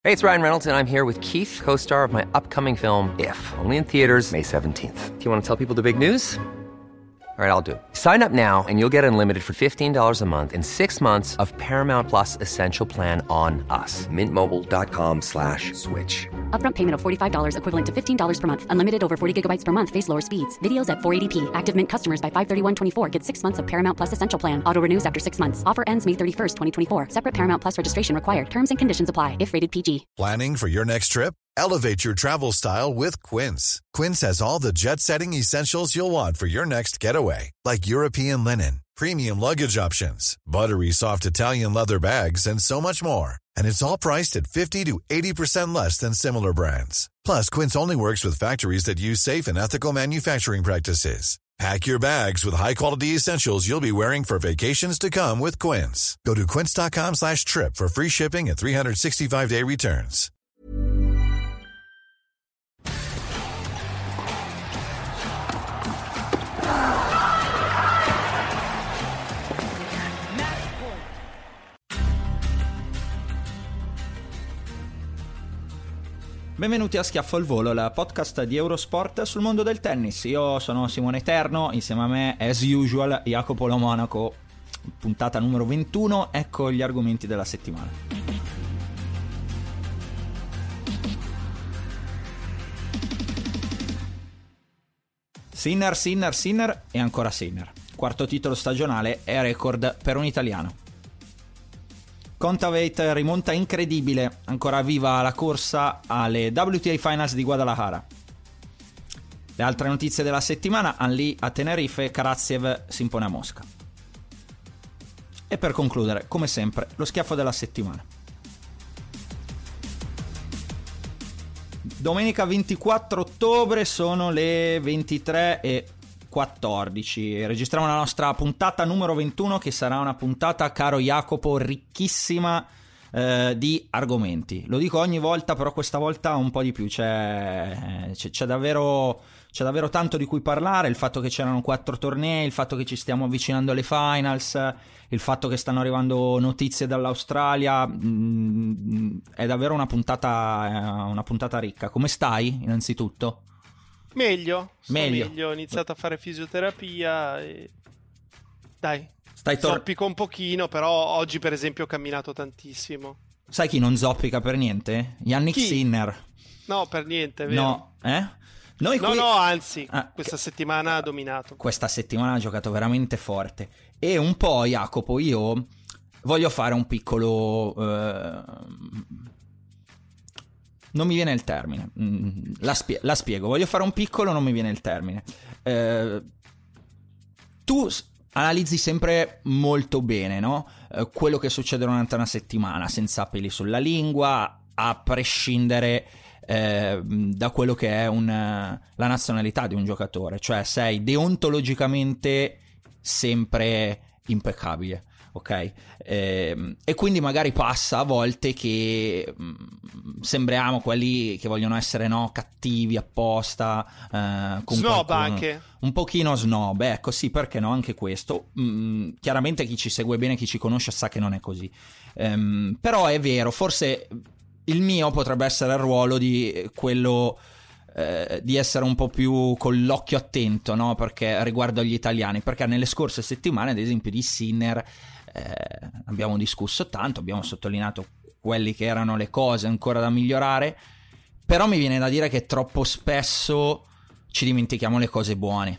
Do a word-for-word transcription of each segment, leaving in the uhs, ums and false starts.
Hey, it's Ryan Reynolds, and I'm here with Keith, co-star of my upcoming film, If, only in theaters May seventeenth. Do you want to tell people the big news? All right, I'll do it. Sign up now and you'll get unlimited for fifteen dollars a month and six months of Paramount Plus Essential Plan on us. Mint Mobile dot com slash switch. Upfront payment of forty-five dollars equivalent to fifteen dollars per month. Unlimited over forty gigabytes per month. Face lower speeds. Videos at four eighty p. Active Mint customers by five thirty-one twenty-four get six months of Paramount Plus Essential Plan. Auto renews after six months. Offer ends May thirty-first, twenty twenty-four. Separate Paramount Plus registration required. Terms and conditions apply if rated P G. Planning for your next trip? Elevate your travel style with Quince. Quince has all the jet-setting essentials you'll want for your next getaway, like European linen, premium luggage options, buttery soft Italian leather bags, and so much more. And it's all priced at fifty to eighty percent less than similar brands. Plus, Quince only works with factories that use safe and ethical manufacturing practices. Pack your bags with high-quality essentials you'll be wearing for vacations to come with Quince. Go to quince.com slash trip for free shipping and three sixty-five day returns. Benvenuti a Schiaffo al Volo, la podcast di Eurosport sul mondo del tennis. Io sono Simone Eterno, insieme a me, as usual, Jacopo Lo Monaco. Puntata numero ventuno, ecco gli argomenti della settimana. Sinner, Sinner, Sinner e ancora Sinner. Quarto titolo stagionale e record per un italiano. Kontaveit rimonta incredibile, ancora viva la corsa alle W T A Finals di Guadalajara. Le altre notizie della settimana: Anli a Tenerife, Karatsev si impone a Mosca. E per concludere, come sempre, lo schiaffo della settimana. Domenica ventiquattro ottobre, sono le ventitré e quattordici. Registriamo la nostra puntata numero ventuno, che sarà una puntata, caro Jacopo, ricchissima eh, di argomenti. Lo dico ogni volta, però questa volta un po' di più. C'è, c'è, c'è davvero c'è davvero tanto di cui parlare. Il fatto che c'erano quattro tornei, il fatto che ci stiamo avvicinando alle finals, il fatto che stanno arrivando notizie dall'Australia. Mh, è davvero una puntata, una puntata ricca. Come stai, innanzitutto? Meglio, meglio. meglio, ho iniziato a fare fisioterapia e... Dai, Stai tor- zoppico un pochino, però oggi per esempio ho camminato tantissimo. Sai chi non zoppica per niente? Yannick Chi? Sinner. No, per niente, è vero. No, eh? Noi no, qui... no, anzi, ah, questa che... settimana ha dominato. Questa settimana ha giocato veramente forte. E un po', Jacopo, io voglio fare un piccolo... Uh... Non mi viene il termine. La, spie- la spiego. Voglio fare un piccolo, non mi viene il termine. Eh, tu analizzi sempre molto bene, no? Eh, quello che succede durante una settimana, senza peli sulla lingua, a prescindere eh, da quello che è un, la nazionalità di un giocatore. Cioè sei deontologicamente sempre impeccabile. Ok, eh, e quindi magari passa a volte che mh, sembriamo quelli che vogliono essere, no, cattivi apposta, eh, con snob qualcuno, anche un pochino snob, ecco, sì, perché no, anche questo. Mh, chiaramente chi ci segue bene, chi ci conosce sa che non è così, ehm, però è vero, forse il mio potrebbe essere il ruolo di quello eh, di essere un po' più con l'occhio attento, no, perché riguardo agli italiani, perché nelle scorse settimane, ad esempio, di Sinner Eh, abbiamo discusso tanto, abbiamo sottolineato quelle che erano le cose ancora da migliorare, però mi viene da dire che troppo spesso ci dimentichiamo le cose buone.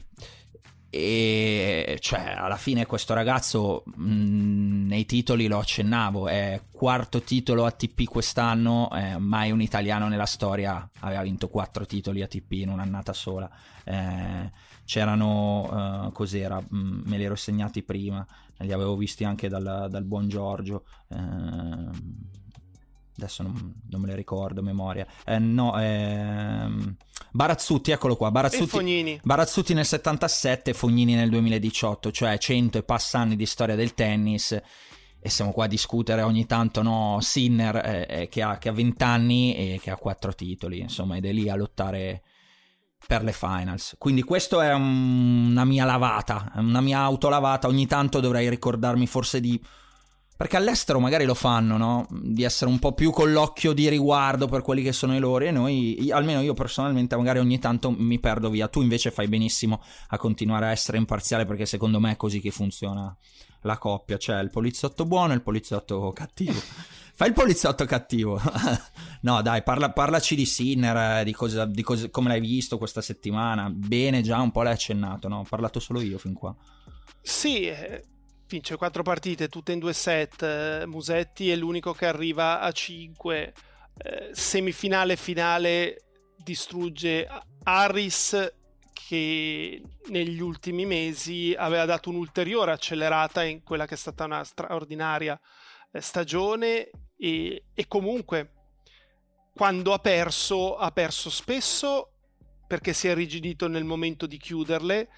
E cioè, alla fine questo ragazzo mh, nei titoli, lo accennavo, è quarto titolo A T P quest'anno, eh, mai un italiano nella storia aveva vinto quattro titoli A T P in un'annata sola. Eh, c'erano uh, cos'era, mh, me li ero segnati prima, li avevo visti anche dal, dal buon Giorgio, eh, adesso non, non me le ricordo a memoria, eh, no, ehm, Barazzutti, eccolo qua, Barazzutti, Barazzutti nel settantasette, Fognini nel duemiladiciotto, cioè cento e passa anni di storia del tennis, e siamo qua a discutere ogni tanto, no, Sinner eh, che ha che ha venti anni e che ha quattro titoli, insomma, ed è lì a lottare per le finals. Quindi questo è un, una mia lavata, una mia autolavata. Ogni tanto dovrei ricordarmi forse di Perché all'estero magari lo fanno, no? Di essere un po' più con l'occhio di riguardo per quelli che sono i loro, e noi, almeno io personalmente, magari ogni tanto mi perdo via. Tu invece fai benissimo a continuare a essere imparziale, perché secondo me è così che funziona la coppia, cioè il poliziotto buono e il poliziotto cattivo. Fai il poliziotto cattivo. No dai, parla, parlaci di Sinner, di, cosa, di cosa, come l'hai visto questa settimana. Bene, già un po' l'hai accennato, no? Ho parlato solo io fin qua. Sì, eh, vince quattro partite, tutte in due set. eh, Musetti è l'unico che arriva a cinque. eh, Semifinale finale distrugge Harris, che negli ultimi mesi aveva dato un'ulteriore accelerata in quella che è stata una straordinaria eh, stagione, e, e comunque quando ha perso ha perso spesso perché si è irrigidito nel momento di chiuderle,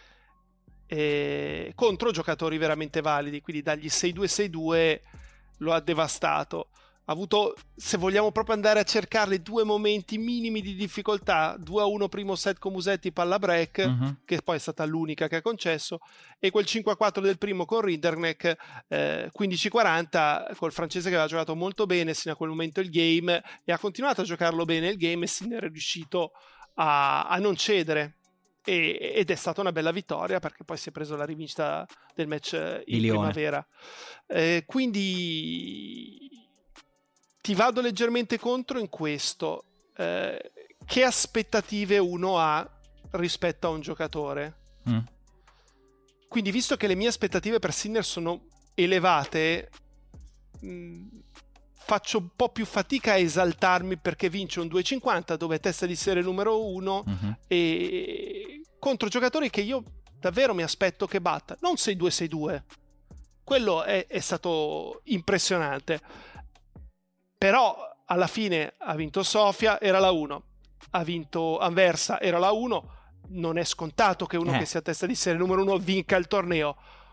eh, contro giocatori veramente validi, quindi dagli sei due sei due lo ha devastato. Ha avuto, se vogliamo proprio andare a cercarle, due momenti minimi di difficoltà: due a uno primo set con Musetti palla break, uh-huh. che poi è stata l'unica che ha concesso, e quel cinque a quattro del primo con Rinderknecht, eh, quindici quaranta col francese che aveva giocato molto bene sino a quel momento il game, e ha continuato a giocarlo bene il game, e Sinner è riuscito a, a non cedere, e, ed è stata una bella vittoria, perché poi si è preso la rivincita del match in primavera. Eh, quindi ti vado leggermente contro in questo. Eh, che aspettative uno ha rispetto a un giocatore? Mm. Quindi, visto che le mie aspettative per Sinner sono elevate, mh, faccio un po' più fatica a esaltarmi, perché vince un due cinquanta dove è testa di serie numero uno, mm-hmm. e contro giocatori che io davvero mi aspetto che batta. Non sei due sei due, quello è, è stato impressionante. Però alla fine ha vinto Sofia, era la uno, ha vinto Anversa, era la uno. Non è scontato che uno eh. che sia testa di serie numero uno vinca il torneo.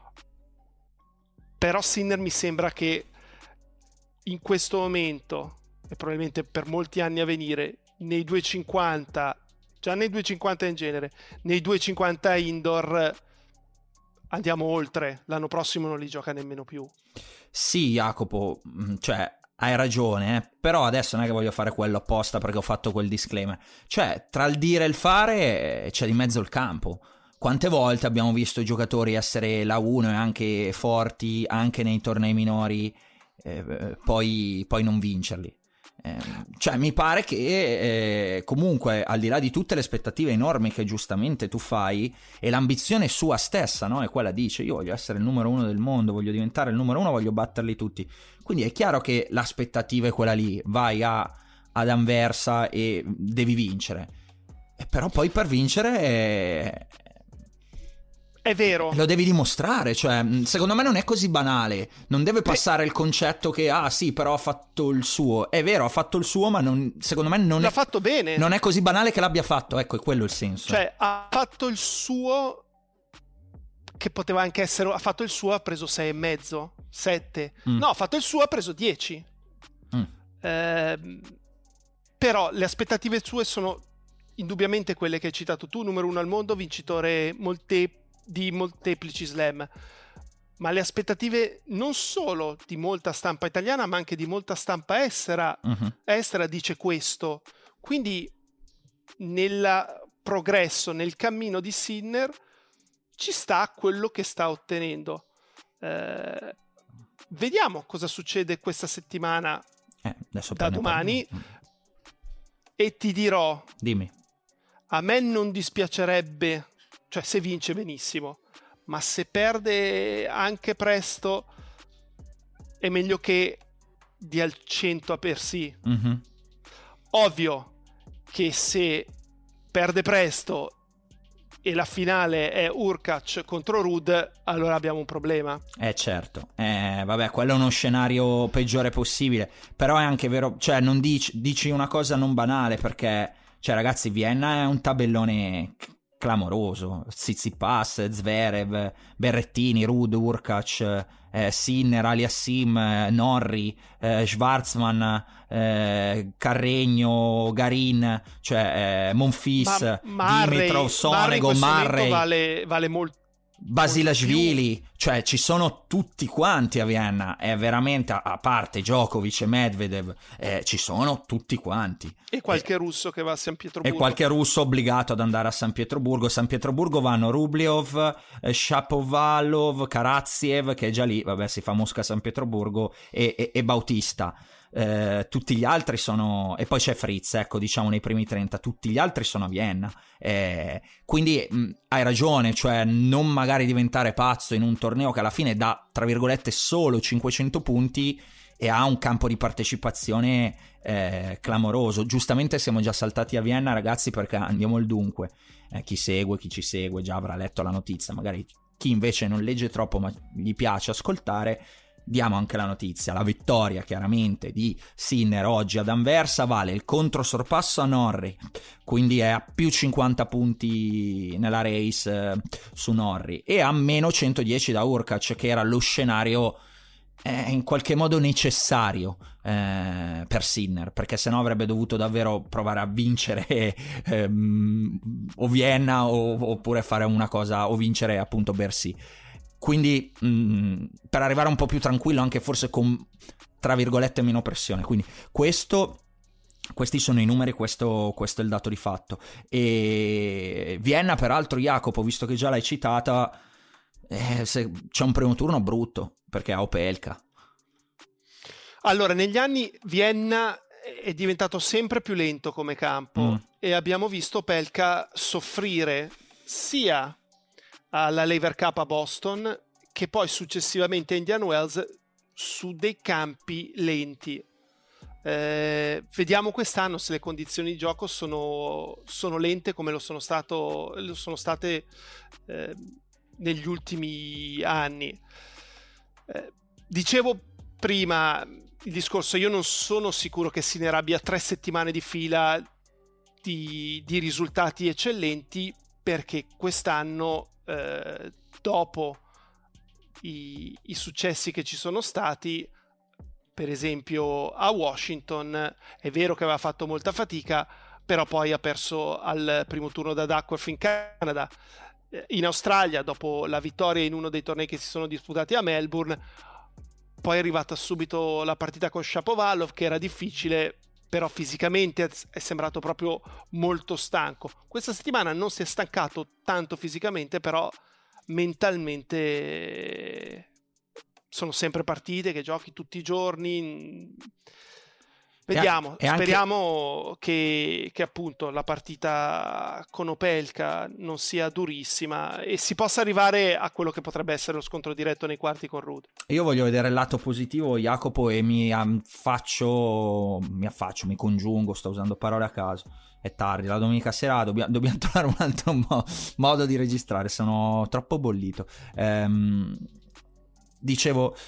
Però Sinner mi sembra che in questo momento, e probabilmente per molti anni a venire, nei due cinquanta, già nei due cinquanta in genere, nei due cinquanta indoor andiamo oltre. L'anno prossimo non li gioca nemmeno più. Sì, Jacopo, cioè hai ragione, eh? Però adesso non è che voglio fare quello apposta perché ho fatto quel disclaimer. Cioè, tra il dire e il fare c'è di mezzo il campo. Quante volte abbiamo visto i giocatori essere la uno e anche forti anche nei tornei minori, eh, poi, poi non vincerli. Eh, cioè, mi pare che eh, comunque, al di là di tutte le aspettative enormi che giustamente tu fai, e l'ambizione sua stessa, no? È quella, dice: io voglio essere il numero uno del mondo, voglio diventare il numero uno, voglio batterli tutti. Quindi è chiaro che l'aspettativa è quella lì, vai a, ad Anversa e devi vincere, e però poi per vincere è... È vero. Lo devi dimostrare, cioè, secondo me non è così banale. Non deve passare il concetto che, ah sì, però ha fatto il suo. È vero, ha fatto il suo, ma non, secondo me non l'ha è... fatto bene. Non è così banale che l'abbia fatto, ecco, è quello il senso. Cioè, ha fatto il suo, che poteva anche essere... Ha fatto il suo, ha preso sei e mezzo, sette. Mm. No, ha fatto il suo, ha preso dieci. Mm. Eh, però le aspettative sue sono indubbiamente quelle che hai citato tu: numero uno al mondo, vincitore molte... di molteplici slam. Ma le aspettative non solo di molta stampa italiana, ma anche di molta stampa estera, uh-huh. estera dice questo. Quindi nel progresso, nel cammino di Sinner ci sta quello che sta ottenendo. Eh, vediamo cosa succede questa settimana, eh, adesso da domani, e ti dirò, dimmi, a me non dispiacerebbe, cioè se vince benissimo, ma se perde anche presto è meglio che dia il cento a per sì. Mm-hmm. Ovvio che se perde presto e la finale è Hurkacz contro Ruud, allora abbiamo un problema. Eh certo, eh, vabbè, quello è uno scenario peggiore possibile, però è anche vero, cioè non dici, dici una cosa non banale, perché, cioè ragazzi, Vienna è un tabellone clamoroso: Tsitsipas, Zverev, Berrettini, Ruud, Hurkacz, eh, Sinner, Aliassim, eh, Norrie, eh, Schwartzman, eh, Carregno, Garin, cioè eh, Monfils, Ma- Dimitrov, Sonego, Murray. Vale, vale molto Basilashvili, cioè ci sono tutti quanti a Vienna, è veramente, a parte Djokovic e Medvedev, eh, ci sono tutti quanti. E qualche eh, russo che va a San Pietroburgo. E qualche russo obbligato ad andare a San Pietroburgo. San Pietroburgo vanno Rublev, eh, Shapovalov, Karatsev, che è già lì, vabbè, si fa Mosca San Pietroburgo, e, e, e Bautista. Eh, tutti gli altri sono, e poi c'è Fritz, ecco, diciamo nei primi trenta, tutti gli altri sono a Vienna, eh, quindi mh, hai ragione, cioè non magari diventare pazzo in un torneo che alla fine dà tra virgolette solo cinquecento punti e ha un campo di partecipazione eh, clamoroso. Giustamente siamo già saltati a Vienna, ragazzi, perché andiamo al dunque. Eh, chi segue, chi ci segue già avrà letto la notizia, magari chi invece non legge troppo ma gli piace ascoltare, diamo anche la notizia. La vittoria chiaramente di Sinner oggi ad Anversa vale il controsorpasso a Norrie, quindi è a più cinquanta punti nella race eh, su Norrie, e a meno centodieci da Hurkacz, che era lo scenario eh, in qualche modo necessario eh, per Sinner, perché sennò avrebbe dovuto davvero provare a vincere ehm, o Vienna o, oppure fare una cosa, o vincere appunto Bercy. Quindi mh, per arrivare un po' più tranquillo, anche forse con tra virgolette meno pressione. Quindi questo, questi sono i numeri, questo, questo è il dato di fatto. E Vienna, peraltro, Jacopo, visto che già l'hai citata, eh, se c'è un primo turno brutto perché ha Opelka. Allora, negli anni Vienna è diventato sempre più lento come campo mm. e abbiamo visto Opelka soffrire sia alla Lever Cup a Boston che poi successivamente a Indian Wells su dei campi lenti. Eh, vediamo quest'anno se le condizioni di gioco sono, sono lente come lo sono, stato, lo sono state eh, negli ultimi anni. Eh, dicevo prima il discorso, io non sono sicuro che Sinner abbia tre settimane di fila di, di risultati eccellenti, perché quest'anno Eh, dopo i, i successi che ci sono stati, per esempio a Washington, è vero che aveva fatto molta fatica, però poi ha perso al primo turno da Duckworth in Canada. In Australia, dopo la vittoria in uno dei tornei che si sono disputati a Melbourne, poi è arrivata subito la partita con Shapovalov, che era difficile, però fisicamente è sembrato proprio molto stanco. Questa settimana non si è stancato tanto fisicamente, però mentalmente sono sempre partite che giochi tutti i giorni. Vediamo, e anche... speriamo che, che appunto la partita con Opelka non sia durissima e si possa arrivare a quello che potrebbe essere lo scontro diretto nei quarti con Ruud. Io voglio vedere il lato positivo, Jacopo, e mi affaccio, mi affaccio, mi congiungo, sto usando parole a caso. È tardi, la domenica sera dobbiamo, dobbiamo trovare un altro mo- modo di registrare, sono troppo bollito. Ehm, dicevo...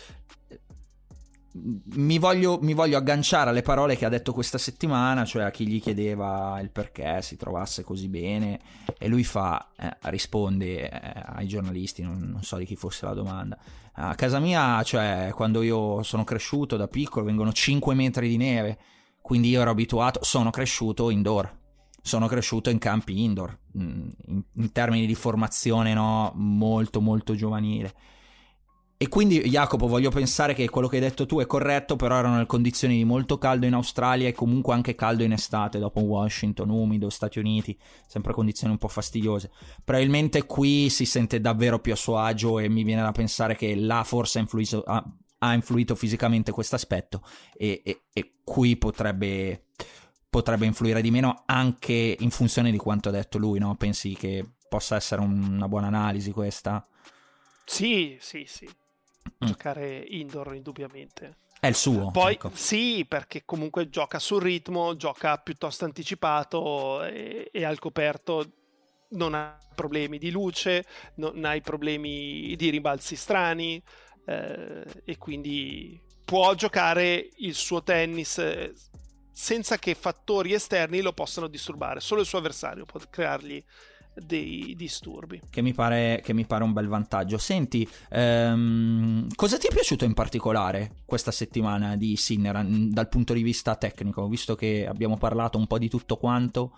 Mi voglio, mi voglio agganciare alle parole che ha detto questa settimana, cioè a chi gli chiedeva il perché si trovasse così bene, e lui fa, eh, risponde eh, ai giornalisti, non, non so di chi fosse la domanda: a casa mia, cioè quando io sono cresciuto da piccolo, vengono cinque metri di neve, quindi io ero abituato, sono cresciuto indoor, sono cresciuto in campi indoor, in, in termini di formazione, no, molto molto giovanile. E quindi, Jacopo, voglio pensare che quello che hai detto tu è corretto, però erano le condizioni di molto caldo in Australia e comunque anche caldo in estate, dopo Washington, umido, Stati Uniti, sempre condizioni un po' fastidiose. Probabilmente qui si sente davvero più a suo agio e mi viene da pensare che là forse ha influito, ha, ha influito fisicamente questo aspetto e, e, e qui potrebbe, potrebbe influire di meno, anche in funzione di quanto ha detto lui, no? Pensi che possa essere un, una buona analisi questa? Sì, sì, sì. Giocare indoor indubbiamente è il suo. Poi ecco. Sì, perché comunque gioca sul ritmo, gioca piuttosto anticipato e, e al coperto non ha problemi di luce, non hai problemi di rimbalzi strani, eh, e quindi può giocare il suo tennis eh, senza che fattori esterni lo possano disturbare. Solo il suo avversario può creargli dei disturbi, che mi pare, che mi pare un bel vantaggio. Senti, ehm, cosa ti è piaciuto in particolare questa settimana di Sinner dal punto di vista tecnico, visto che abbiamo parlato un po' di tutto quanto,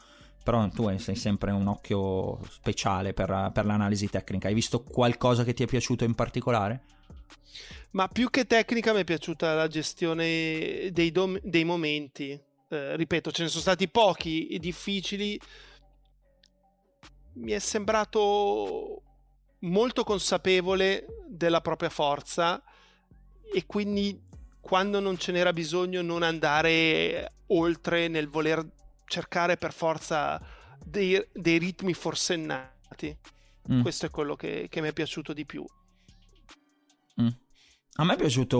però tu sei sempre un occhio speciale per, per l'analisi tecnica. Hai visto qualcosa che ti è piaciuto in particolare? Ma più che tecnica mi è piaciuta la gestione dei, dom- dei momenti. Eh, ripeto, ce ne sono stati pochi e difficili. Mi è sembrato molto consapevole della propria forza, e quindi quando non ce n'era bisogno non andare oltre nel voler cercare per forza dei, dei ritmi forsennati. Mm. Questo è quello che, che mi è piaciuto di più. Mm. A me è piaciuto,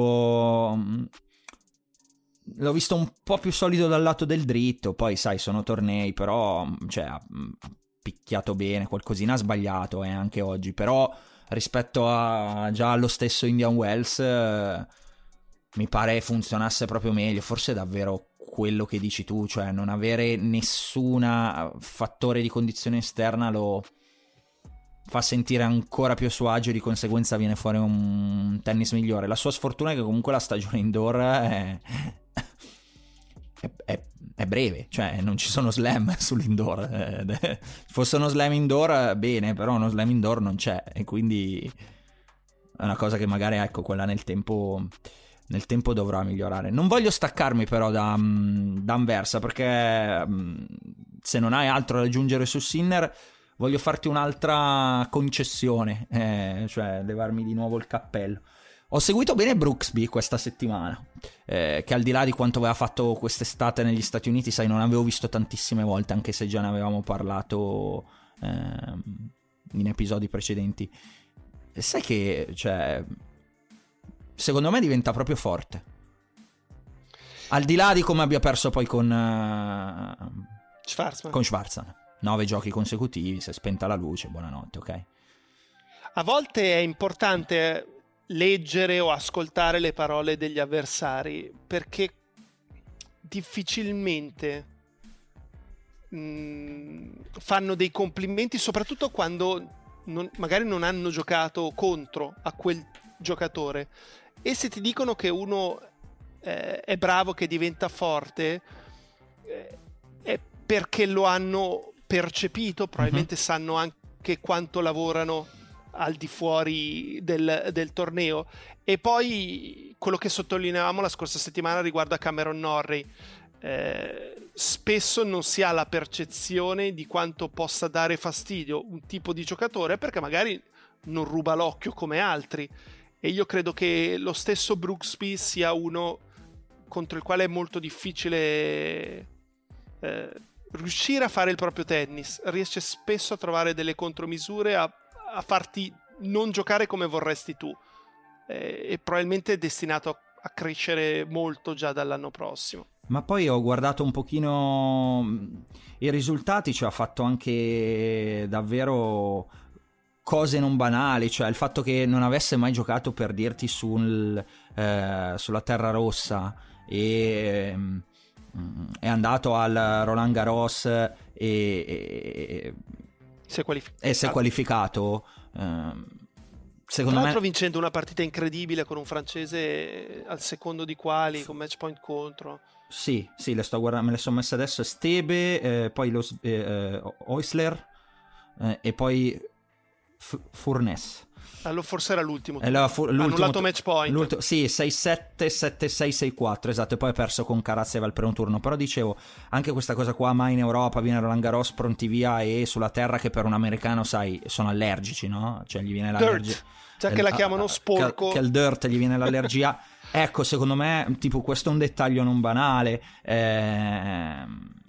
l'ho visto un po' più solido dal lato del dritto, poi sai sono tornei, però cioè, ha picchiato bene, qualcosina ha sbagliato eh, anche oggi, però rispetto a già allo stesso Indian Wells eh, mi pare funzionasse proprio meglio. Forse è davvero quello che dici tu, cioè non avere nessun fattore di condizione esterna lo fa sentire ancora più a suo agio, di conseguenza viene fuori un tennis migliore. La sua sfortuna è che comunque la stagione indoor è, è, è, è breve, cioè non ci sono slam sull'indoor. Se fosse uno slam indoor bene, però uno slam indoor non c'è, e quindi è una cosa che magari ecco quella nel tempo nel tempo dovrà migliorare. Non voglio staccarmi però da, da Anversa, perché se non hai altro da aggiungere su Sinner voglio farti un'altra concessione, eh, cioè levarmi di nuovo il cappello. Ho seguito bene Brooksby questa settimana, eh, che al di là di quanto aveva fatto quest'estate negli Stati Uniti, sai, non avevo visto tantissime volte, anche se già ne avevamo parlato eh, in episodi precedenti. E sai che, cioè, secondo me diventa proprio forte. Al di là di come abbia perso poi con uh, Schwarzman. Con Schwarzman. Nove giochi consecutivi, si è spenta la luce, buonanotte, ok? A volte è importante leggere o ascoltare le parole degli avversari, perché difficilmente mh, fanno dei complimenti, soprattutto quando non, magari non hanno giocato contro a quel giocatore, e se ti dicono che uno eh, è bravo, che diventa forte, eh, è perché lo hanno percepito, probabilmente uh-huh. sanno anche quanto lavorano al di fuori del, del torneo. E poi quello che sottolineavamo la scorsa settimana riguardo a Cameron Norrie, eh, spesso non si ha la percezione di quanto possa dare fastidio un tipo di giocatore, perché magari non ruba l'occhio come altri, e io credo che lo stesso Brooksby sia uno contro il quale è molto difficile eh, riuscire a fare il proprio tennis. Riesce spesso a trovare delle contromisure, a, a farti non giocare come vorresti tu, eh, e probabilmente è destinato a, a crescere molto già dall'anno prossimo. Ma poi ho guardato un pochino i risultati, cioè ha fatto anche davvero cose non banali, cioè il fatto che non avesse mai giocato, per dirti, sul, eh, sulla terra rossa, e è andato al Roland Garros e, e, si è qualificato, e si è qualificato eh, secondo tra l'altro me... vincendo una partita incredibile con un francese al secondo di quali, con match point contro. Sì, sì, le sto guardando, me le sono messe adesso. Stebe, eh, poi lo eh, Oisler eh, e poi F- Furness. Allora forse era l'ultimo, allora, fu- l'ultimo annullato match point. L'ultimo, sì, sei sette, sette sei, sei quattro, esatto, e poi ha perso con Karatsev al primo turno. Però dicevo, anche questa cosa qua, mai in Europa viene Roland Garros pronti via, e sulla terra che per un americano, sai, sono allergici, no? Cioè gli viene l'allergia, già che la chiamano sporco, che, che al dirt gli viene l'allergia. Ecco, secondo me, tipo, questo è un dettaglio non banale, eh...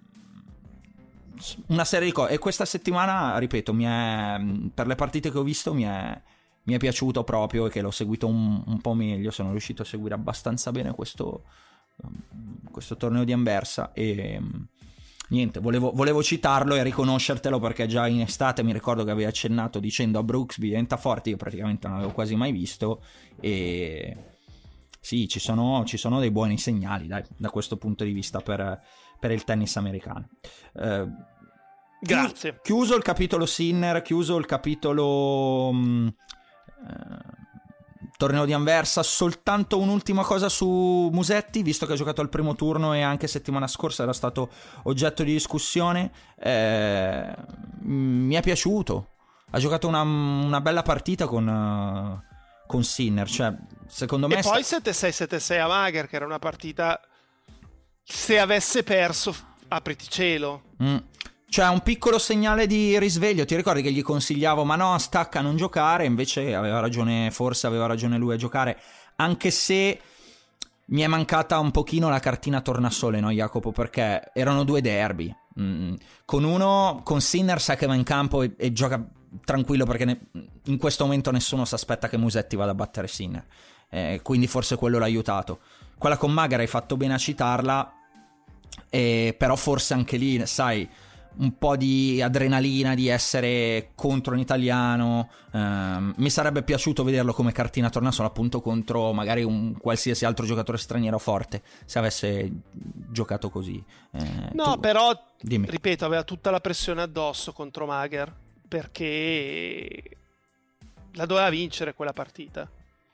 una serie di cose. E questa settimana, ripeto, mi è, per le partite che ho visto mi è, mi è piaciuto proprio, e che l'ho seguito un, un po' meglio. Sono riuscito a seguire abbastanza bene questo, questo torneo di Anversa, e niente, volevo, volevo citarlo e riconoscertelo, perché già in estate mi ricordo che avevi accennato dicendo a Brooksby diventa forte, io praticamente non l'avevo quasi mai visto, e sì, ci sono, ci sono dei buoni segnali, dai, da questo punto di vista per, per il tennis americano. Eh, Grazie. Chiuso il capitolo Sinner, chiuso il capitolo mh, eh, torneo di Anversa. Soltanto un'ultima cosa su Musetti, visto che ha giocato al primo turno e anche settimana scorsa era stato oggetto di discussione. Eh, mi è piaciuto, ha giocato una, una bella partita con, uh, con Sinner, cioè secondo me e poi sta... sette sei sette sei a Mager, che era una partita, se avesse perso apriti cielo. mm. Cioè un piccolo segnale di risveglio. Ti ricordi che gli consigliavo ma no, stacca a non giocare, invece aveva ragione, forse aveva ragione lui a giocare, anche se mi è mancata un pochino la cartina tornasole, no Jacopo, perché erano due derby. Mm. Con uno, con Sinner sa che va in campo e, e gioca tranquillo, perché ne, in questo momento nessuno si aspetta che Musetti vada a battere Sinner, eh, quindi forse quello l'ha aiutato. Quella con Mager hai fatto bene a citarla, eh, però forse anche lì, sai, un po' di adrenalina di essere contro un italiano. Um, mi sarebbe piaciuto vederlo come cartina tornasole appunto contro magari un qualsiasi altro giocatore straniero forte, se avesse giocato così. Eh, no, tu... però Dimmi. Ripeto, aveva tutta la pressione addosso contro Mager, perché la doveva vincere quella partita.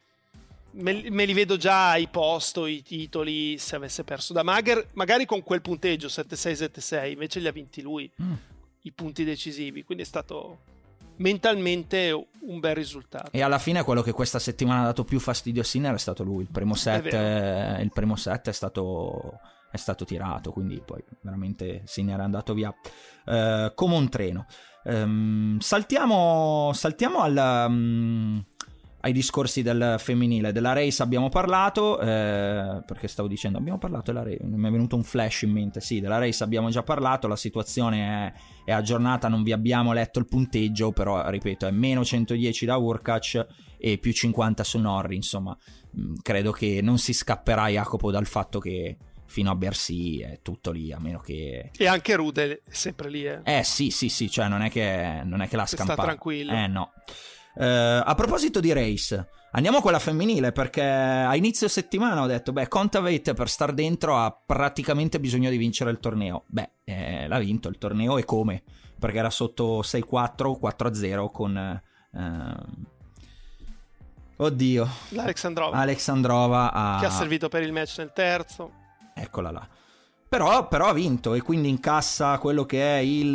Me, me li vedo già ai posto, i titoli, se avesse perso da Mager, magari con quel punteggio sette sei sette sei, invece li ha vinti lui, mm. i punti decisivi, quindi è stato mentalmente un bel risultato. E alla fine quello che questa settimana ha dato più fastidio a Sinner è stato lui. Il primo set, è il primo set è stato, è stato tirato, quindi poi veramente Sinner è andato via uh, come un treno. Um, saltiamo, saltiamo al... Um, ai discorsi del femminile. Della race abbiamo parlato, eh, perché stavo dicendo abbiamo parlato della race, mi è venuto un flash in mente. Sì, della race abbiamo già parlato, la situazione è, è aggiornata, non vi abbiamo letto il punteggio, però ripeto è meno centodieci da Urkac e più cinquanta su Norrie. Insomma, mh, credo che non si scapperà Jacopo dal fatto che fino a Bercy è tutto lì, a meno che... E anche Rude è sempre lì, eh. Eh sì, sì, sì, cioè non è che, non è che l'ha scampata. Sta tranquillo. Eh no. Uh, a proposito di race, andiamo a quella femminile, perché a inizio settimana ho detto beh, Kontaveit per star dentro ha praticamente bisogno di vincere il torneo. Beh, eh, l'ha vinto il torneo, e come? Perché era sotto sei quattro, quattro a zero con uh, oddio l'Alexandrova Alexandrova a... che ha servito per il match nel terzo. Eccola là. Però, però ha vinto, e quindi incassa quello che è il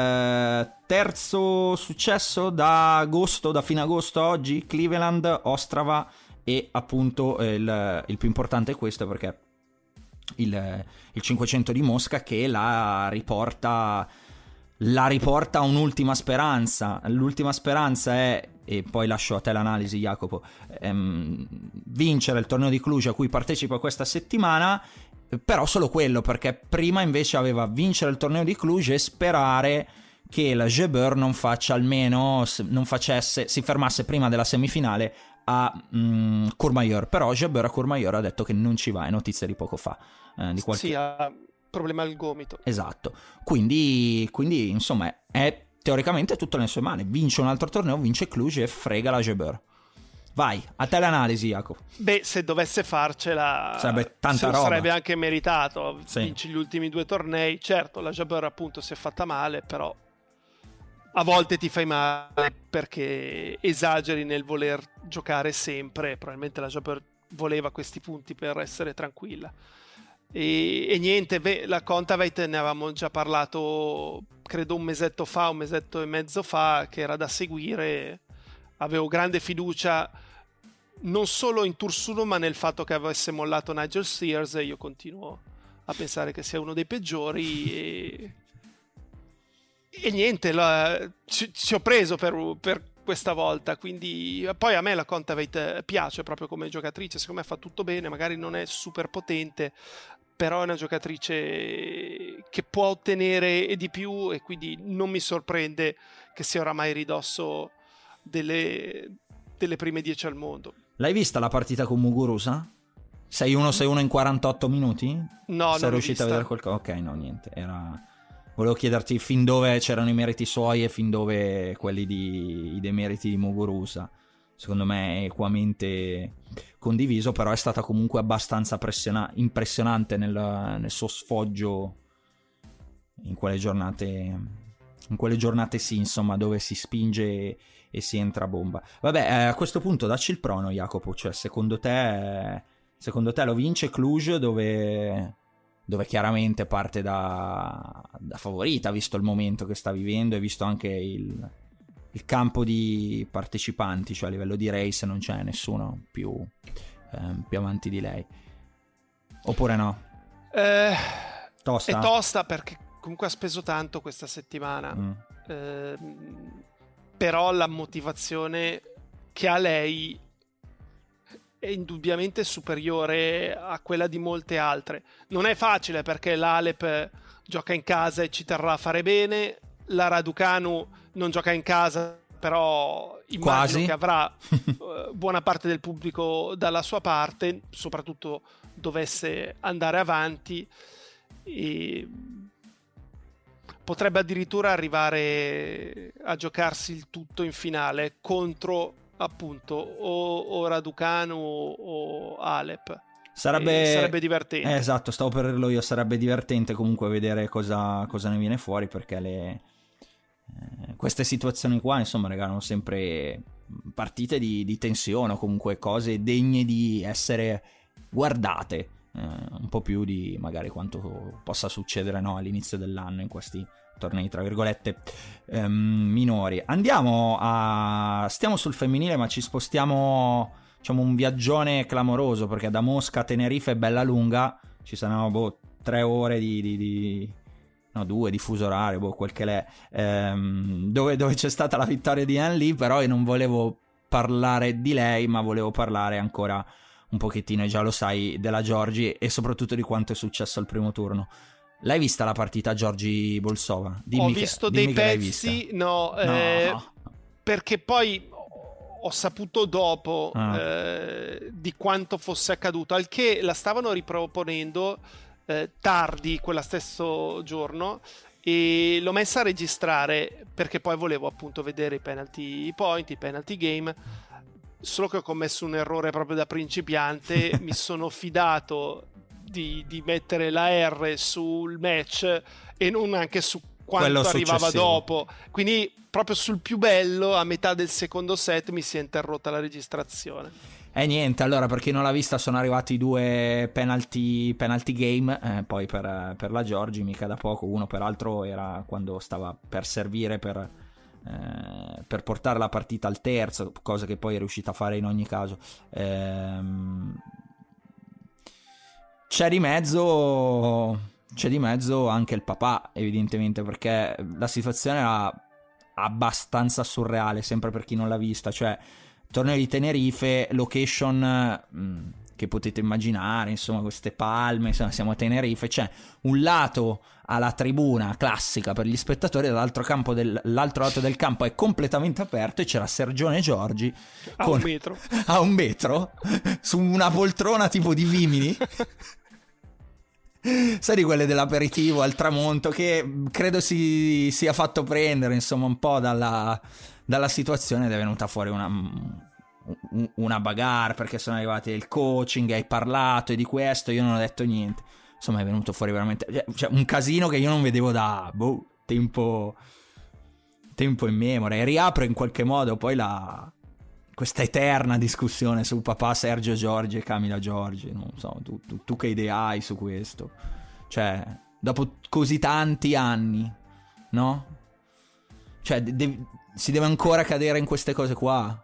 terzo successo da agosto, da fine agosto a oggi. Cleveland, Ostrava e appunto il, il più importante è questo, perché il, il cinquecento di Mosca, che la riporta, la riporta a un'ultima speranza. L'ultima speranza è, e poi lascio a te l'analisi Jacopo, ehm, vincere il torneo di Cluj a cui partecipa questa settimana. Però solo quello, perché prima invece aveva vincere il torneo di Cluj e sperare che la Jabeur non faccia almeno, non facesse, si fermasse prima della semifinale a um, Courmayeur. Però Jabeur a Courmayeur ha detto che non ci va, è notizia di poco fa, eh, di qualche... Sì, ha problema al gomito. Esatto, quindi, quindi insomma è teoricamente tutto nelle sue mani. Vince un altro torneo, vince Cluj e frega la Jabeur. Vai, a te l'analisi, Jacopo. Beh, se dovesse farcela sarebbe tanta roba. Sarebbe anche meritato. Sì. Vinci gli ultimi due tornei. Certo, la Jabeur appunto si è fatta male, però a volte ti fai male perché esageri nel voler giocare sempre. Probabilmente la Jabeur voleva questi punti per essere tranquilla. E, e niente, beh, la Kontaveit ne avevamo già parlato, credo un mesetto fa, un mesetto e mezzo fa, che era da seguire. Avevo grande fiducia non solo in Tursuno, ma nel fatto che avesse mollato Nigel Sears, e io continuo a pensare che sia uno dei peggiori. E, e niente, la, ci, ci ho preso per, per questa volta. Quindi poi a me la Kontaveit piace proprio come giocatrice, secondo me fa tutto bene, magari non è super potente, però è una giocatrice che può ottenere di più, e quindi non mi sorprende che sia oramai ridosso delle, delle prime dieci al mondo. L'hai vista la partita con Muguruza? sei uno sei uno in quarantotto minuti? No, sei non riuscito a vedere qualcosa? Ok, no, niente. Era... Volevo chiederti fin dove c'erano i meriti suoi e fin dove quelli di... i demeriti di Muguruza. Secondo me è equamente condiviso, però è stata comunque abbastanza pressiona... impressionante nel... nel suo sfoggio in quelle giornate in quelle giornate sì, insomma, dove si spinge e, e si entra a bomba. Vabbè, eh, a questo punto dacci il prono, Jacopo, cioè secondo te secondo te lo vince Cluj, dove, dove chiaramente parte da, da favorita, visto il momento che sta vivendo e visto anche il, il campo di partecipanti, cioè a livello di race non c'è nessuno più, eh, più avanti di lei, oppure no? Eh, tosta? È tosta perché comunque ha speso tanto questa settimana, mm. eh, però la motivazione che ha lei è indubbiamente superiore a quella di molte altre. Non è facile perché l'Alep gioca in casa e ci terrà a fare bene, la Raducanu non gioca in casa, però immagino Quasi. che avrà uh, buona parte del pubblico dalla sua parte, soprattutto dovesse andare avanti, e potrebbe addirittura arrivare a giocarsi il tutto in finale contro appunto o, o Raducanu o Alep. Sarebbe... sarebbe divertente. Eh, esatto, stavo per dirlo io, sarebbe divertente comunque vedere cosa, cosa ne viene fuori, perché le... eh, queste situazioni qua insomma regalano sempre partite di, di tensione, o comunque cose degne di essere guardate. Un po' più di magari quanto possa succedere, no, all'inizio dell'anno in questi tornei tra virgolette ehm, minori. Andiamo a stiamo sul femminile, ma ci spostiamo, diciamo, un viaggione clamoroso, perché da Mosca a Tenerife è bella lunga, ci saranno boh, tre ore di, di, di no due di fuso orario, boh, quel che l'è, ehm, dove, dove c'è stata la vittoria di Ann Lee. Però io non volevo parlare di lei, ma volevo parlare ancora un pochettino, e già lo sai, della Giorgi e soprattutto di quanto è successo al primo turno. L'hai vista la partita Giorgi Bolsova? Dimmi ho visto che, dei pezzi, no, no. Eh, perché poi ho saputo dopo ah. eh, di quanto fosse accaduto, al che la stavano riproponendo eh, tardi quella stesso giorno, e l'ho messa a registrare perché poi volevo appunto vedere i penalty point, i penalty game. Solo che ho commesso un errore proprio da principiante, mi sono fidato di, di mettere la R sul match e non anche su quanto quello arrivava successivo. dopo, quindi proprio sul più bello, a metà del secondo set, mi si è interrotta la registrazione. E eh, niente, allora, per chi non l'ha vista, sono arrivati i due penalty, penalty game, eh, poi per, per la Giorgi, mica da poco. Uno peraltro era quando stava per servire per... Eh, per portare la partita al terzo, cosa che poi è riuscita a fare in ogni caso. Ehm, c'è di mezzo c'è di mezzo anche il papà, evidentemente, perché la situazione era abbastanza surreale, sempre per chi non l'ha vista. Cioè, torneo di Tenerife, location mh, che potete immaginare, insomma, queste palme, insomma, siamo a Tenerife, c'è un lato alla tribuna classica per gli spettatori, dall'altro campo del, l'altro lato del campo è completamente aperto, e c'era Sergione Giorgi a con, un metro a un metro su una poltrona tipo di Vimini, sai, di quelle dell'aperitivo al tramonto, che credo si sia fatto prendere insomma un po' dalla, dalla situazione, ed è venuta fuori una una bagarre, perché sono arrivati il coaching, hai parlato e di questo, io non ho detto niente, insomma è venuto fuori veramente, cioè, un casino che io non vedevo da boh, tempo tempo in memoria, e riapre in qualche modo poi la questa eterna discussione sul papà Sergio Giorgi e Camila Giorgi. Non so, tu, tu, tu che idee hai su questo? Cioè, dopo così tanti anni, no? Cioè, de- si deve ancora cadere in queste cose qua?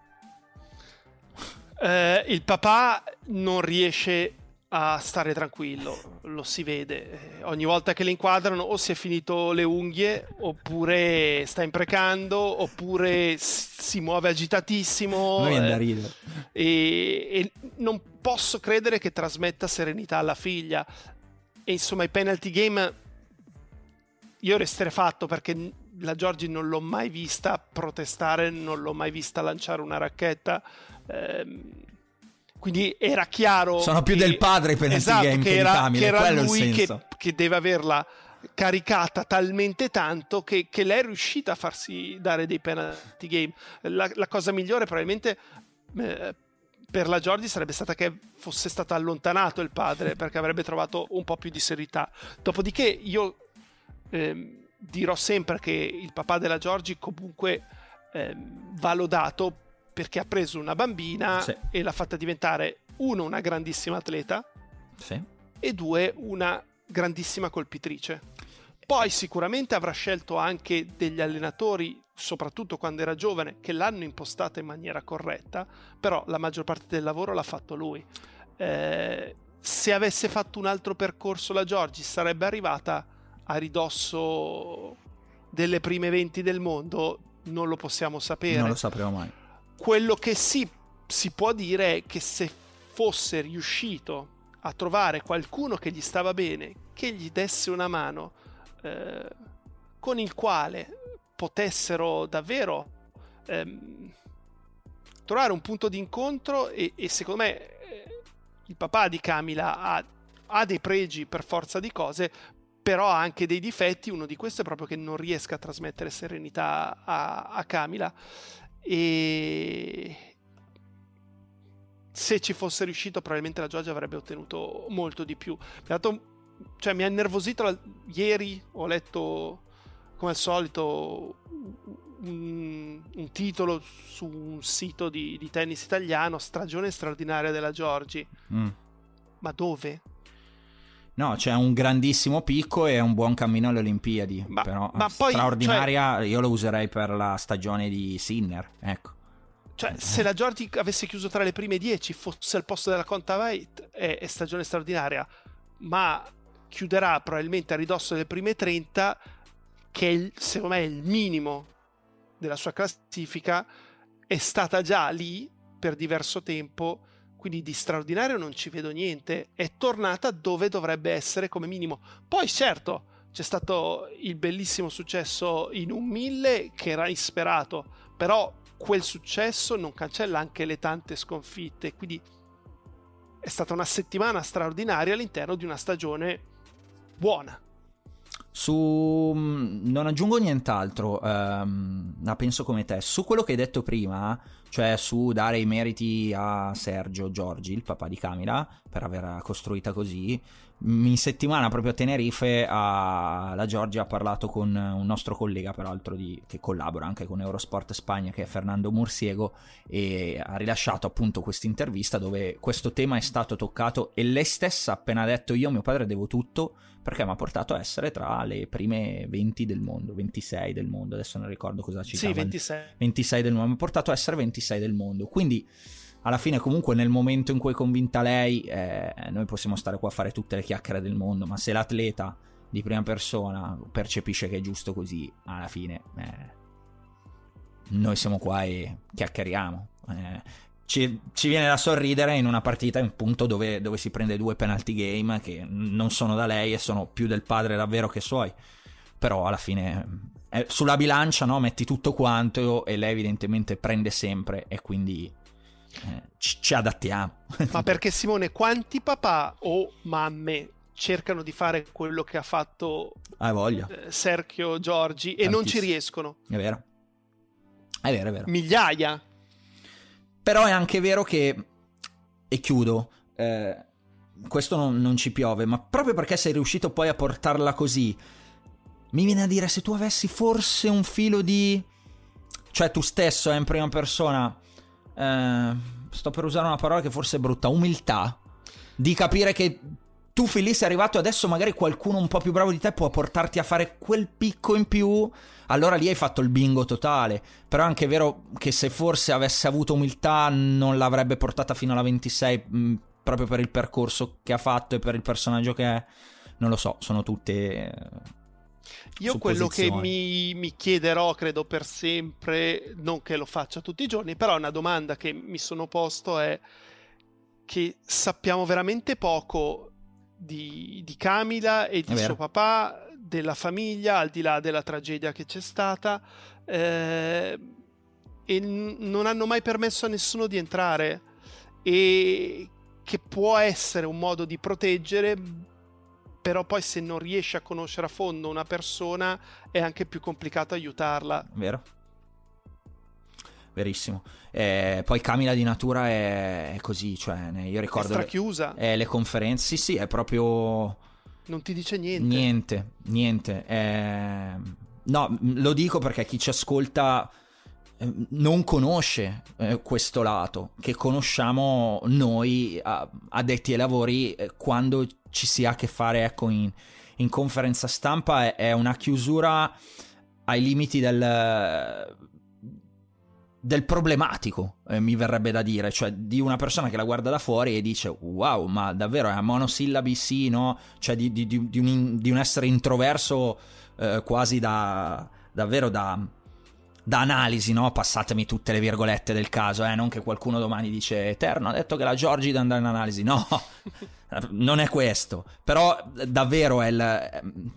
Eh, il papà non riesce a stare tranquillo, lo si vede. Ogni volta che le inquadrano o si è finito le unghie, oppure sta imprecando, oppure si muove agitatissimo. Non viene da ridere. E, e non posso credere che trasmetta serenità alla figlia. E insomma, i penalty game io resterei fatto, perché la Giorgi non l'ho mai vista protestare, non l'ho mai vista lanciare una racchetta. Ehm, quindi era chiaro, sono più che, del padre i penalty esatto, game che che era, di Camila, che era quello lui è il che, senso. che deve averla caricata talmente tanto che, che lei è riuscita a farsi dare dei penalty game. La, la cosa migliore probabilmente eh, per la Giorgi sarebbe stata che fosse stato allontanato il padre, perché avrebbe trovato un po' più di serietà. Dopodiché io eh, dirò sempre che il papà della Giorgi comunque eh, va lodato, perché ha preso una bambina sì. e l'ha fatta diventare, uno, una grandissima atleta sì. e due, una grandissima colpitrice. Poi sicuramente avrà scelto anche degli allenatori, soprattutto quando era giovane, che l'hanno impostata in maniera corretta, però la maggior parte del lavoro l'ha fatto lui. Eh, se avesse fatto un altro percorso la Giorgi, sarebbe arrivata a ridosso delle prime venti del mondo? Non lo possiamo sapere. Non lo sapremo mai. Quello che sì si può dire è che se fosse riuscito a trovare qualcuno che gli stava bene, che gli desse una mano, eh, con il quale potessero davvero ehm, trovare un punto di incontro, e, e secondo me eh, il papà di Camila ha, ha dei pregi per forza di cose, però ha anche dei difetti. Uno di questi è proprio che non riesca a trasmettere serenità a, a Camila, e se ci fosse riuscito probabilmente la Giorgia avrebbe ottenuto molto di più. Mi ha dato, cioè mi ha innervosito la, ieri ho letto come al solito un, un titolo su un sito di, di tennis italiano: stagione straordinaria della Giorgi. mm. Ma dove? No, c'è un grandissimo picco e un buon cammino alle Olimpiadi, ma, però ma poi, straordinaria, cioè, io lo userei per la stagione di Sinner, ecco. Cioè, se la Giorgi avesse chiuso tra le prime dieci, fosse al posto della Kontaveit, è, è stagione straordinaria, ma chiuderà probabilmente a ridosso delle prime trenta, che è il, secondo me è il minimo della sua classifica. È stata già lì per diverso tempo, quindi di straordinario non ci vedo niente. È tornata dove dovrebbe essere come minimo. Poi certo c'è stato il bellissimo successo in un mille che era insperato, però quel successo non cancella anche le tante sconfitte, quindi è stata una settimana straordinaria all'interno di una stagione buona. Su non aggiungo nient'altro, um, la penso come te. Su quello che hai detto prima, cioè su dare i meriti a Sergio Giorgi, il papà di Camila, per averla costruita così, in settimana proprio a Tenerife a... la Giorgia ha parlato con un nostro collega peraltro di... che collabora anche con Eurosport Spagna, che è Fernando Murciego, e ha rilasciato appunto questa intervista dove questo tema è stato toccato, e lei stessa ha appena detto: io mio padre devo tutto perché mi ha portato a essere tra le prime venti del mondo, ventisei del mondo, adesso non ricordo cosa citava. Sì, ventisei. ventisei del mondo, mi ha portato a essere ventisei del mondo, quindi alla fine comunque nel momento in cui è convinta lei, eh, noi possiamo stare qua a fare tutte le chiacchiere del mondo, ma se l'atleta di prima persona percepisce che è giusto così, alla fine eh, noi siamo qua e chiacchieriamo. Eh, ci, ci viene da sorridere in una partita appunto dove, dove si prende due penalty game che non sono da lei e sono più del padre davvero che suoi, però alla fine eh, sulla bilancia, no, metti tutto quanto e lei evidentemente prende sempre, e quindi Eh, ci, ci adattiamo. Ma perché, Simone, quanti papà o mamme cercano di fare quello che ha fatto ah, voglia. Eh, Sergio Giorgi e non ci riescono? È vero, è vero, è vero. Migliaia. Però è anche vero che, e chiudo, eh, questo non, non ci piove, ma proprio perché sei riuscito poi a portarla così, mi viene a dire, se tu avessi forse un filo di, cioè tu stesso, eh, in prima persona, Uh, sto per usare una parola che forse è brutta, umiltà, di capire che tu fin lì sei arrivato, adesso magari qualcuno un po' più bravo di te può portarti a fare quel picco in più, allora lì hai fatto il bingo totale. Però è anche vero che se forse avesse avuto umiltà non l'avrebbe portata fino alla ventisei, mh, proprio per il percorso che ha fatto e per il personaggio che è. Non lo so, sono tutte Io quello che mi, mi chiederò, credo per sempre, non che lo faccia tutti i giorni, però una domanda che mi sono posto è che sappiamo veramente poco di, di Camila e di suo papà, della famiglia, al di là della tragedia che c'è stata, eh, e n- non hanno mai permesso a nessuno di entrare, e che può essere un modo di proteggere, però poi se non riesci a conoscere a fondo una persona è anche più complicato aiutarla. Vero? Verissimo. Eh, poi Camila di natura è, è così, cioè io ricordo è strachiusa. Le, eh, le conferenze, sì sì, è proprio non ti dice niente. Niente, niente. Eh... No, lo dico perché chi ci ascolta eh, non conosce eh, questo lato, che conosciamo noi a, addetti ai lavori eh, quando ci si ha a che fare, ecco, in, in conferenza stampa è, è una chiusura ai limiti del... del problematico, eh, mi verrebbe da dire, cioè di una persona che la guarda da fuori e dice wow, ma davvero è a monosillabi, sì, no? Cioè di, di, di, di, un, di un essere introverso eh, quasi da davvero da, da analisi, no? Passatemi tutte le virgolette del caso, eh? Non che qualcuno domani dice Eterno ha detto che la Giorgi deve andare in analisi, no, non è questo, però davvero è il...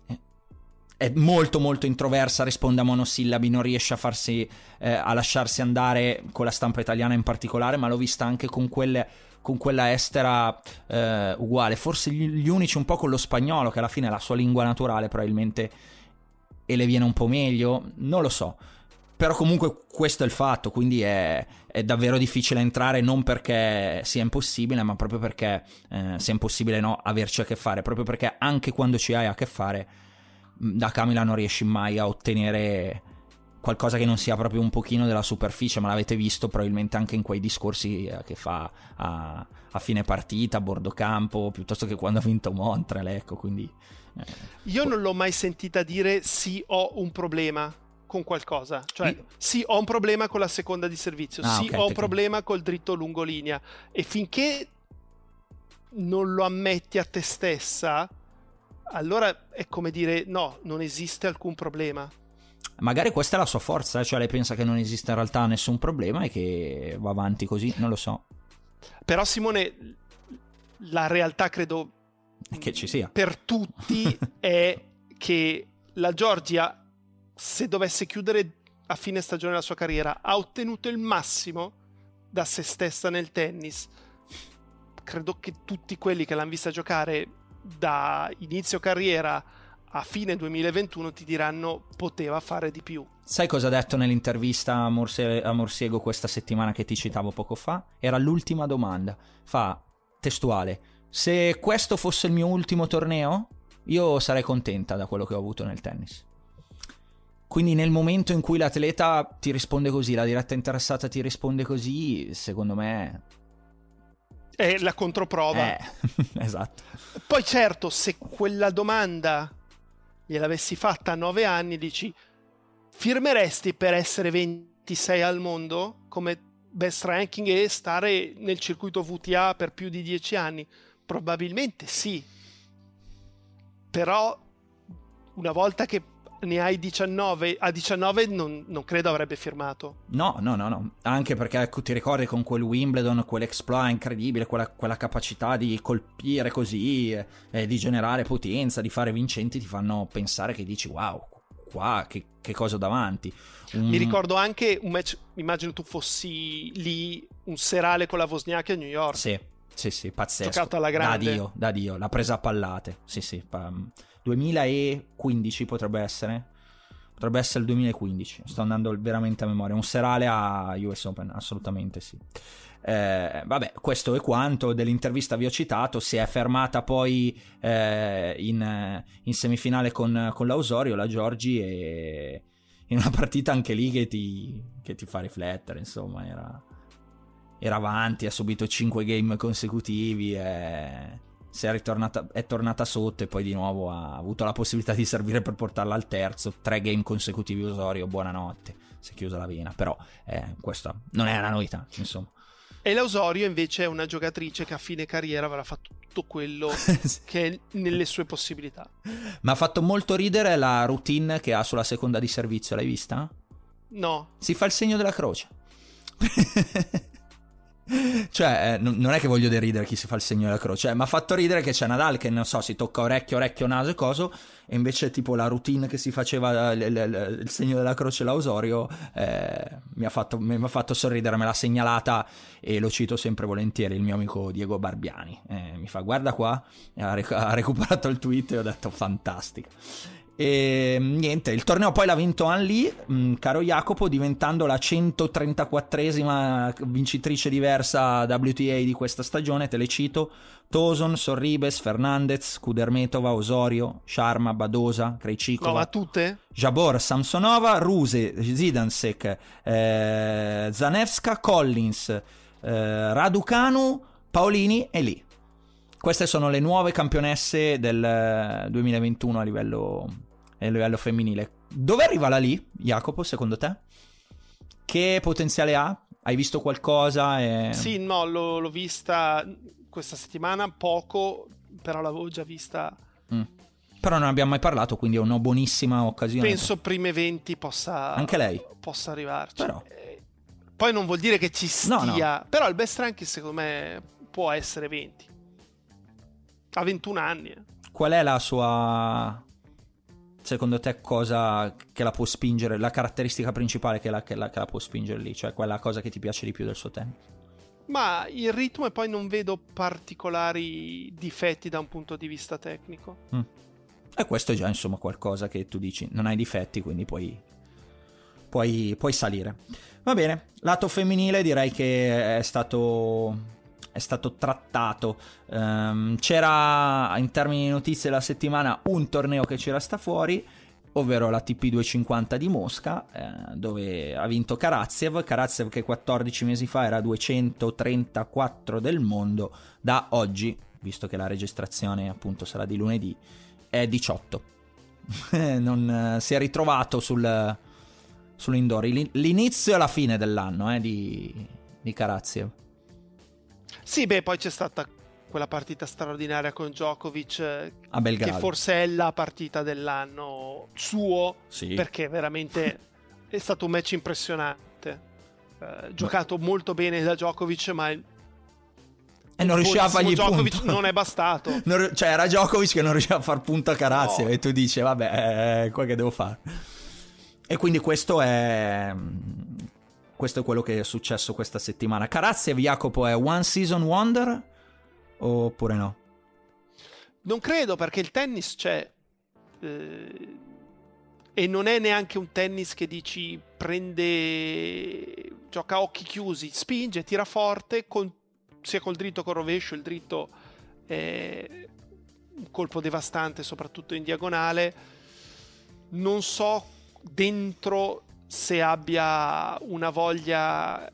è molto molto introversa, risponde a monosillabi, non riesce a farsi eh, a lasciarsi andare con la stampa italiana in particolare, ma l'ho vista anche con quelle con quella estera eh, uguale, forse gli, gli unici un po' con lo spagnolo, che alla fine è la sua lingua naturale probabilmente e le viene un po' meglio, non lo so, però comunque questo è il fatto, quindi è, è davvero difficile entrare, non perché sia impossibile, ma proprio perché eh, sia impossibile, no, averci a che fare, proprio perché anche quando ci hai a che fare da Camila non riesci mai a ottenere qualcosa che non sia proprio un pochino della superficie, ma l'avete visto probabilmente anche in quei discorsi che fa a, a fine partita, a bordo campo, piuttosto che quando ha vinto Montreal, ecco, quindi... Eh. Io non l'ho mai sentita dire sì, ho un problema con qualcosa, cioè Io... sì, ho un problema con la seconda di servizio, ah, sì, okay, ho un te... problema col dritto lungolinea, e finché non lo ammetti a te stessa, allora è come dire no, non esiste alcun problema. Magari questa è la sua forza, eh? Cioè lei pensa che non esista in realtà nessun problema e che va avanti così, non lo so. Però Simone, la realtà credo che ci sia per tutti è che la Giorgia, se dovesse chiudere a fine stagione la sua carriera, ha ottenuto il massimo da se stessa nel tennis. Credo che tutti quelli che l'hanno vista giocare da inizio carriera a fine duemilaventuno ti diranno poteva fare di più. Sai cosa ha detto nell'intervista a, Morse- a Morsiego questa settimana che ti citavo poco fa? Era l'ultima domanda. Fa, testuale, se questo fosse il mio ultimo torneo, io sarei contenta da quello che ho avuto nel tennis. Quindi nel momento in cui l'atleta ti risponde così, la diretta interessata ti risponde così, secondo me... è la controprova. Eh, esatto. Poi certo, se quella domanda gliel'avessi fatta a nove anni, dici firmeresti per essere ventisei al mondo come best ranking e stare nel circuito V T A per più di dieci anni? Probabilmente sì. Però una volta che ne hai diciannove, a diciannove non, non credo avrebbe firmato. No, no, no, no. Anche perché ecco, ti ricordi con quel Wimbledon, quell'exploit incredibile, quella, quella capacità di colpire così, eh, eh, di generare potenza, di fare vincenti, ti fanno pensare che dici wow, qua che, che cosa ho davanti. Un... Mi ricordo anche un match, immagino tu fossi lì, un serale con la Wozniacki a New York. Sì, sì, sì, pazzesco. Giocato alla grande. Da Dio, da Dio, l'ha presa a pallate. Sì, sì, pa... duemilaquindici potrebbe essere. Potrebbe essere il duemilaquindici. Sto andando veramente a memoria. Un serale a U S Open, assolutamente sì. Eh, vabbè, questo è quanto. Dell'intervista vi ho citato. Si è fermata poi eh, in, in semifinale con, con l'Ausorio, la Giorgi, e in una partita anche lì che ti, che ti fa riflettere. Insomma, era, era avanti, ha subito cinque game consecutivi e... si è ritornata, è tornata sotto e poi di nuovo ha avuto la possibilità di servire per portarla al terzo. Tre game consecutivi Osorio, buonanotte, si è chiusa la vena, però eh, questa non è una novità, insomma. E l'Ausorio invece è una giocatrice che a fine carriera avrà fatto tutto quello sì. che è nelle sue possibilità. Mi ha fatto molto ridere la routine che ha sulla seconda di servizio, l'hai vista? No. Si fa il segno della croce. Cioè, eh, non è che voglio deridere chi si fa il segno della croce, eh, mi ha fatto ridere che c'è Nadal che, non so, si tocca orecchio, orecchio, naso e coso, e invece tipo la routine che si faceva il, il, il segno della croce l'Ausorio eh, mi, ha fatto, mi ha fatto sorridere, me l'ha segnalata e lo cito sempre volentieri, il mio amico Diego Barbiani, eh, mi fa guarda qua, ha, rec- ha recuperato il tweet e ho detto fantastica. E niente, il torneo poi l'ha vinto An Lee, mh, caro Jacopo, diventando la centotrentaquattresima vincitrice diversa W T A di questa stagione. Te le cito: Tozon, Sorribes, Fernandez, Kudermetova, Osorio, Sharma, Badosa, Krejcikova. No, ma tutte? Jabor, Samsonova, Ruse, Zidansek, eh, Zanevska, Collins, eh, Raducanu, Paolini e Lee. Queste sono le nuove campionesse del duemilaventuno a livello, a livello femminile. Dove arriva la Lee, Jacopo, secondo te? Che potenziale ha? Hai visto qualcosa? E... Sì, no, l'ho, l'ho vista questa settimana, poco, però l'avevo già vista. Mm. Però non abbiamo mai parlato, quindi è una buonissima occasione. Penso prime venti possa... Anche lei? Possa arrivarci. Però. Eh, poi non vuol dire che ci stia, no, no. Però il best ranking secondo me può essere venti. Ha ventuno anni. Eh. Qual è la sua, secondo te, cosa che la può spingere, la caratteristica principale che la, che la, che la può spingere lì? Cioè quella cosa che ti piace di più del suo tennis? Ma il ritmo, e poi non vedo particolari difetti da un punto di vista tecnico. Mm. E questo è già insomma qualcosa che tu dici, non hai difetti, quindi puoi, puoi, puoi salire. Va bene, lato femminile direi che è stato... è stato trattato. Um, c'era in termini di notizie la settimana un torneo che ci resta fuori, ovvero la T P duecentocinquanta di Mosca, eh, dove ha vinto Karatsev. Karatsev che quattordici mesi fa era duecentotrentaquattro del mondo, da oggi, visto che la registrazione appunto sarà di lunedì, è diciotto. Non, eh, si è ritrovato sul, sull'indoor. L'inizio e la fine dell'anno eh, di, di Karatsev. Sì, beh, poi c'è stata quella partita straordinaria con Djokovic a Belgrado, che forse è la partita dell'anno suo, sì. Perché veramente è stato un match impressionante, eh, giocato Beh. molto bene da Djokovic, ma il... e non riusciva a fargli Djokovic punto. Non è bastato. non, cioè era Djokovic che non riusciva a far punto a Karatsev, no. E tu dici vabbè, eh, qua che devo fare. E quindi questo è... questo è quello che è successo questa settimana. Karatsev, Jacopo, è one season wonder oppure no? Non credo, perché il tennis c'è, eh, e non è neanche un tennis che dici prende, gioca a occhi chiusi, spinge, tira forte, con, sia col dritto che col rovescio. Il dritto è un colpo devastante, soprattutto in diagonale. Non so dentro se abbia una voglia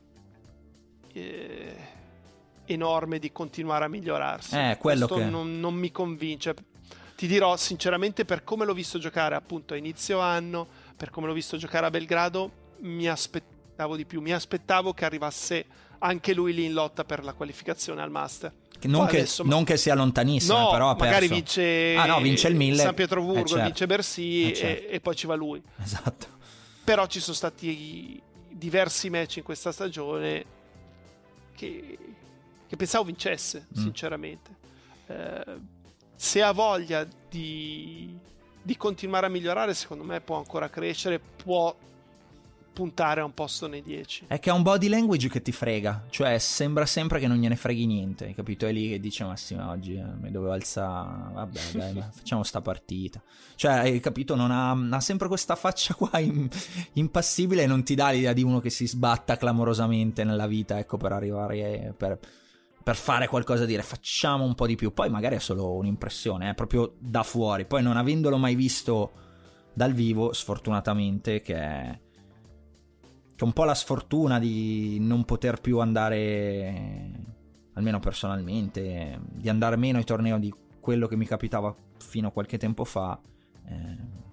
eh, enorme di continuare a migliorarsi. Eh, quello Questo che... non, non mi convince. Ti dirò sinceramente, per come l'ho visto giocare appunto a inizio anno, per come l'ho visto giocare a Belgrado, mi aspettavo di più. Mi aspettavo che arrivasse anche lui lì in lotta per la qualificazione al Master. Non, che, adesso, non che sia lontanissimo, no, però ha magari perso. vince, ah, no, vince il mille. San Pietroburgo, eh, certo. vince Bercy, eh, certo. e, e poi ci va lui. Esatto. Però ci sono stati diversi match in questa stagione che, che pensavo vincesse, mm. sinceramente. Eh, se ha voglia di, di continuare a migliorare, secondo me può ancora crescere, può puntare a un posto nei dieci. È che ha un body language che ti frega, cioè sembra sempre che non gliene freghi niente, hai capito? È lì che dice Massimo oggi eh, mi dovevo alzare, vabbè dai, ma facciamo sta partita. Cioè hai capito, non ha, ha sempre questa faccia qua in, impassibile, e non ti dà l'idea di uno che si sbatta clamorosamente nella vita, ecco, per arrivare, per, per fare qualcosa, dire facciamo un po' di più. Poi magari è solo un'impressione, è eh, proprio da fuori, poi non avendolo mai visto dal vivo, sfortunatamente, che è C'è un po' la sfortuna di non poter più andare, almeno personalmente, di andare meno ai tornei di quello che mi capitava fino a qualche tempo fa. Eh,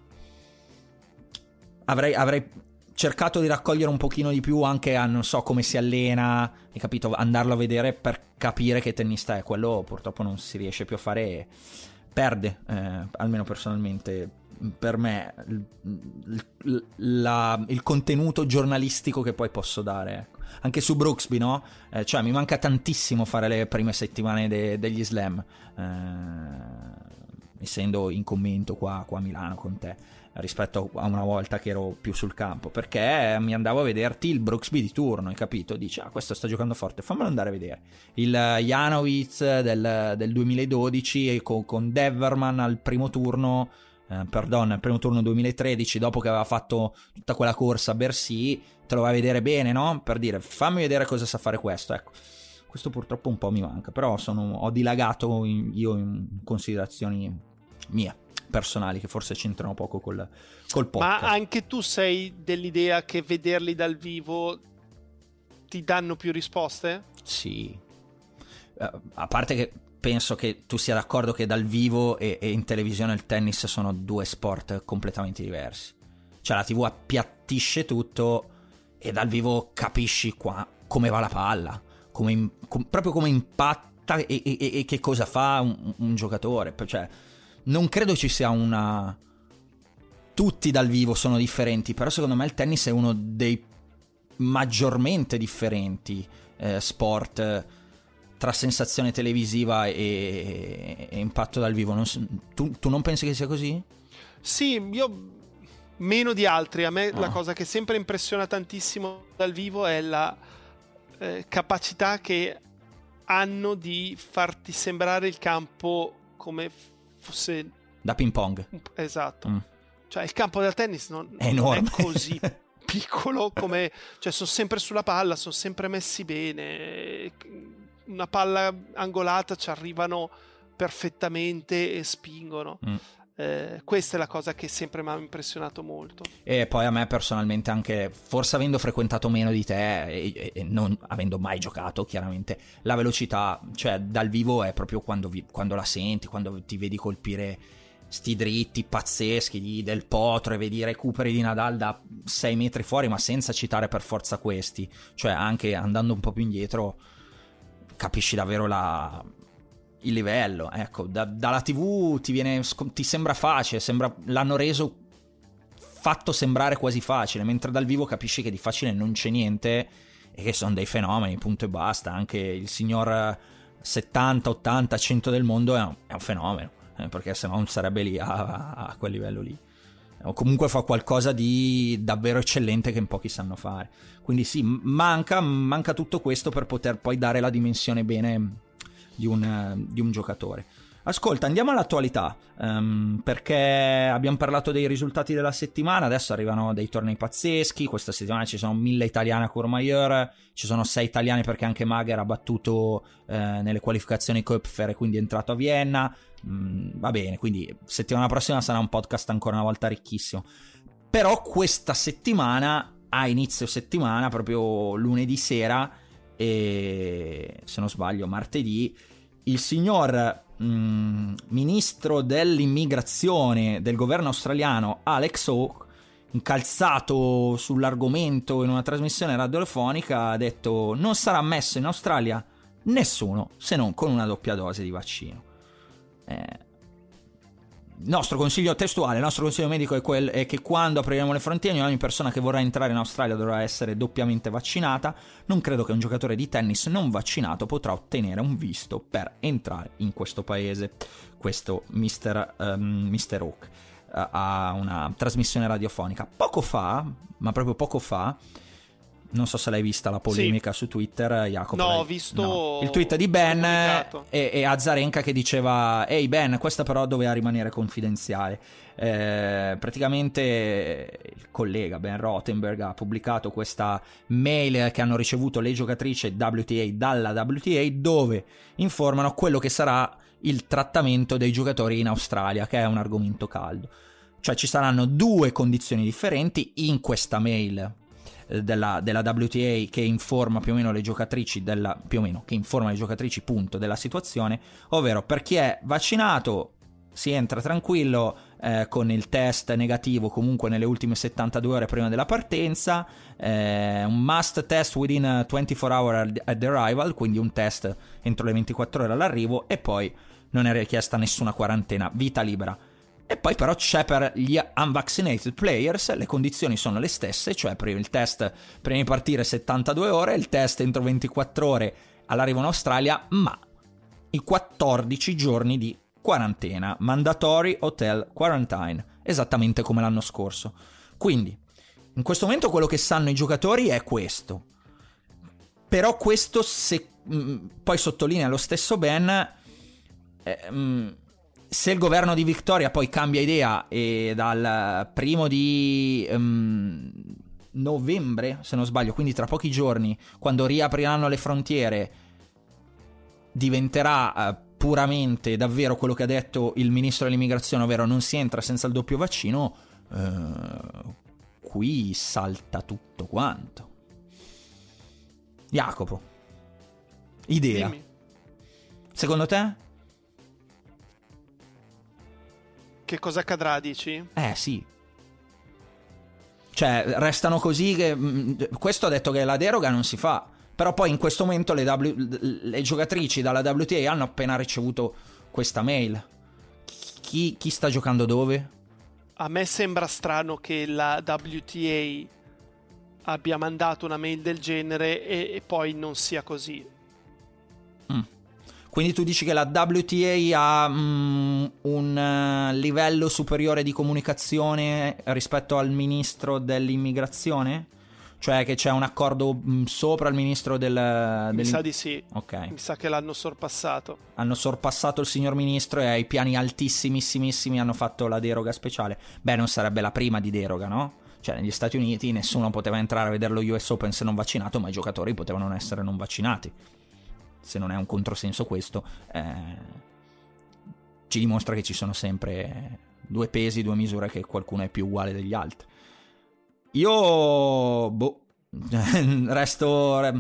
avrei, avrei cercato di raccogliere un pochino di più anche a, non so, come si allena, hai capito, andarlo a vedere per capire che tennista è. Quello purtroppo non si riesce più a fare, perde, eh, almeno personalmente. Per me il, la, il contenuto giornalistico che poi posso dare, ecco. Anche su Brooksby, no? Eh, cioè mi manca tantissimo fare le prime settimane de, degli slam, eh, essendo in commento qua, qua a Milano con te, rispetto a una volta che ero più sul campo, perché mi andavo a vederti il Brooksby di turno, hai capito? Dici, ah, questo sta giocando forte, fammelo andare a vedere. Il Janowicz del, del duemiladodici con, con Deverman al primo turno, eh, perdon, il primo turno duemilatredici, dopo che aveva fatto tutta quella corsa a Bercy, te lo vai a vedere bene, no? Per dire, fammi vedere cosa sa fare questo, ecco. Questo purtroppo un po' mi manca, però sono, ho dilagato in, io in considerazioni mie, personali, che forse c'entrano poco col, col podcast. Ma anche tu sei dell'idea che vederli dal vivo ti danno più risposte? Sì. Uh, a parte che penso che tu sia d'accordo che dal vivo e, e in televisione il tennis sono due sport completamente diversi. Cioè la tivù appiattisce tutto e dal vivo capisci qua come va la palla, come in, com, proprio come impatta e, e, e che cosa fa un, un giocatore. Cioè non credo ci sia una... Tutti dal vivo sono differenti, però secondo me il tennis è uno dei maggiormente differenti eh, sport eh, tra sensazione televisiva e, e impatto dal vivo. Non, tu, tu non pensi che sia così? Sì, io meno di altri. A me oh. la cosa che sempre impressiona tantissimo dal vivo è la eh, capacità che hanno di farti sembrare il campo come fosse da ping pong. Esatto. Mm. Cioè il campo del tennis non è, non enorme. è così piccolo come, cioè sono sempre sulla palla, sono sempre messi bene, una palla angolata ci arrivano perfettamente e spingono. Mm. Eh, questa è la cosa che sempre mi ha impressionato molto. E poi a me personalmente, anche forse avendo frequentato meno di te e, e non avendo mai giocato, chiaramente la velocità, cioè dal vivo è proprio quando, vi, quando la senti, quando ti vedi colpire sti dritti pazzeschi di Del Potro e vedi i recuperi di Nadal da sei metri fuori, ma senza citare per forza questi, cioè anche andando un po' più indietro capisci davvero la, il livello. Ecco, da, dalla tivù ti viene, ti sembra facile, sembra, l'hanno reso fatto sembrare quasi facile, mentre dal vivo capisci che di facile non c'è niente e che sono dei fenomeni, punto e basta. Anche il signor settanta, ottanta, cento del mondo è un, è un fenomeno, eh, perché se no non sarebbe lì a, a, a quel livello lì, o comunque fa qualcosa di davvero eccellente che in pochi sanno fare. Quindi sì, manca, manca tutto questo per poter poi dare la dimensione bene di un, di un giocatore. Ascolta, andiamo all'attualità, um, perché abbiamo parlato dei risultati della settimana, adesso arrivano dei tornei pazzeschi. Questa settimana ci sono mille italiane a Courmayeur, ci sono sei italiani perché anche Mager ha battuto eh, nelle qualificazioni Köpfer e quindi è entrato a Vienna. Mm, va bene, quindi settimana prossima sarà un podcast ancora una volta ricchissimo. Però questa settimana, a inizio settimana, proprio lunedì sera e se non sbaglio martedì, il signor mm, ministro dell'immigrazione del governo australiano Alex Hawke, incalzato sull'argomento in una trasmissione radiofonica, ha detto: non sarà ammesso in Australia nessuno se non con una doppia dose di vaccino. Eh, il nostro consiglio testuale, il nostro consiglio medico è, quel, è che quando apriremo le frontiere ogni persona che vorrà entrare in Australia dovrà essere doppiamente vaccinata. Non credo che un giocatore di tennis non vaccinato potrà ottenere un visto per entrare in questo paese. Questo mister, um, mister Hawke uh, ha una trasmissione radiofonica. Poco fa, ma proprio poco fa, non so se l'hai vista la polemica sì. su Twitter, Jacopo. No, l'hai... ho visto no. il tweet di Ben e, e Azarenka che diceva: ehi Ben, questa però doveva rimanere confidenziale. Eh, praticamente il collega Ben Rothenberg ha pubblicato questa mail che hanno ricevuto le giocatrici W T A dalla W T A, dove informano quello che sarà il trattamento dei giocatori in Australia, che è un argomento caldo. Cioè ci saranno due condizioni differenti in questa mail Della, della W T A, che informa più o meno le giocatrici della, più o meno che informa le giocatrici punto della situazione, ovvero per chi è vaccinato si entra tranquillo eh, con il test negativo comunque nelle ultime settantadue ore prima della partenza, eh, un must test within twenty-four hours at the arrival, quindi un test entro le ventiquattro ore all'arrivo, e poi non è richiesta nessuna quarantena, vita libera. E poi però c'è per gli unvaccinated players, le condizioni sono le stesse, cioè per il test prima di partire settantadue ore, il test entro ventiquattro ore all'arrivo in Australia, ma i quattordici giorni di quarantena, mandatory hotel quarantine, esattamente come l'anno scorso. Quindi in questo momento quello che sanno i giocatori è questo, però questo, se mh, poi sottolinea lo stesso Ben, eh, mh, se il governo di Victoria poi cambia idea e dal primo di um, novembre, se non sbaglio, quindi tra pochi giorni, quando riapriranno le frontiere, diventerà uh, puramente davvero quello che ha detto il ministro dell'immigrazione, ovvero non si entra senza il doppio vaccino, uh, qui salta tutto quanto. Jacopo, idea. Dimmi. Secondo te? Che cosa accadrà, dici? Eh sì. Cioè, restano così che... Mh, questo ha detto che la deroga non si fa. Però poi in questo momento le, w, le giocatrici dalla W T A hanno appena ricevuto questa mail. Chi, chi sta giocando dove? A me sembra strano che la W T A abbia mandato una mail del genere e, e poi non sia così. Mm. Quindi tu dici che la W T A ha mm, un uh, livello superiore di comunicazione rispetto al ministro dell'immigrazione? Cioè che c'è un accordo mh, sopra il ministro del... Mi del... sa di sì. Ok. Mi sa che l'hanno sorpassato. Hanno sorpassato il signor ministro e ai piani altissimissimissimi hanno fatto la deroga speciale. Beh, non sarebbe la prima di deroga, no? Cioè negli Stati Uniti nessuno poteva entrare a vedere lo U S Open se non vaccinato, ma i giocatori potevano non essere non vaccinati. Se non è un controsenso questo, eh, ci dimostra che ci sono sempre due pesi, due misure, che qualcuno è più uguale degli altri. Io, boh, resto...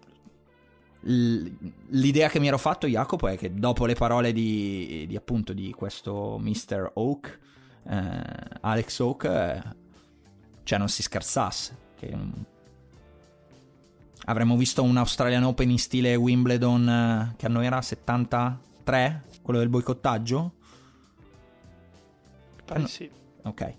L'idea che mi ero fatto, Jacopo, è che dopo le parole di, di appunto di questo mister Oak, eh, Alex Oak, eh, cioè non si scherzasse, che avremmo visto un Australian Open in stile Wimbledon, eh, che anno era? settantatré? Quello del boicottaggio? Pare sì. Ok.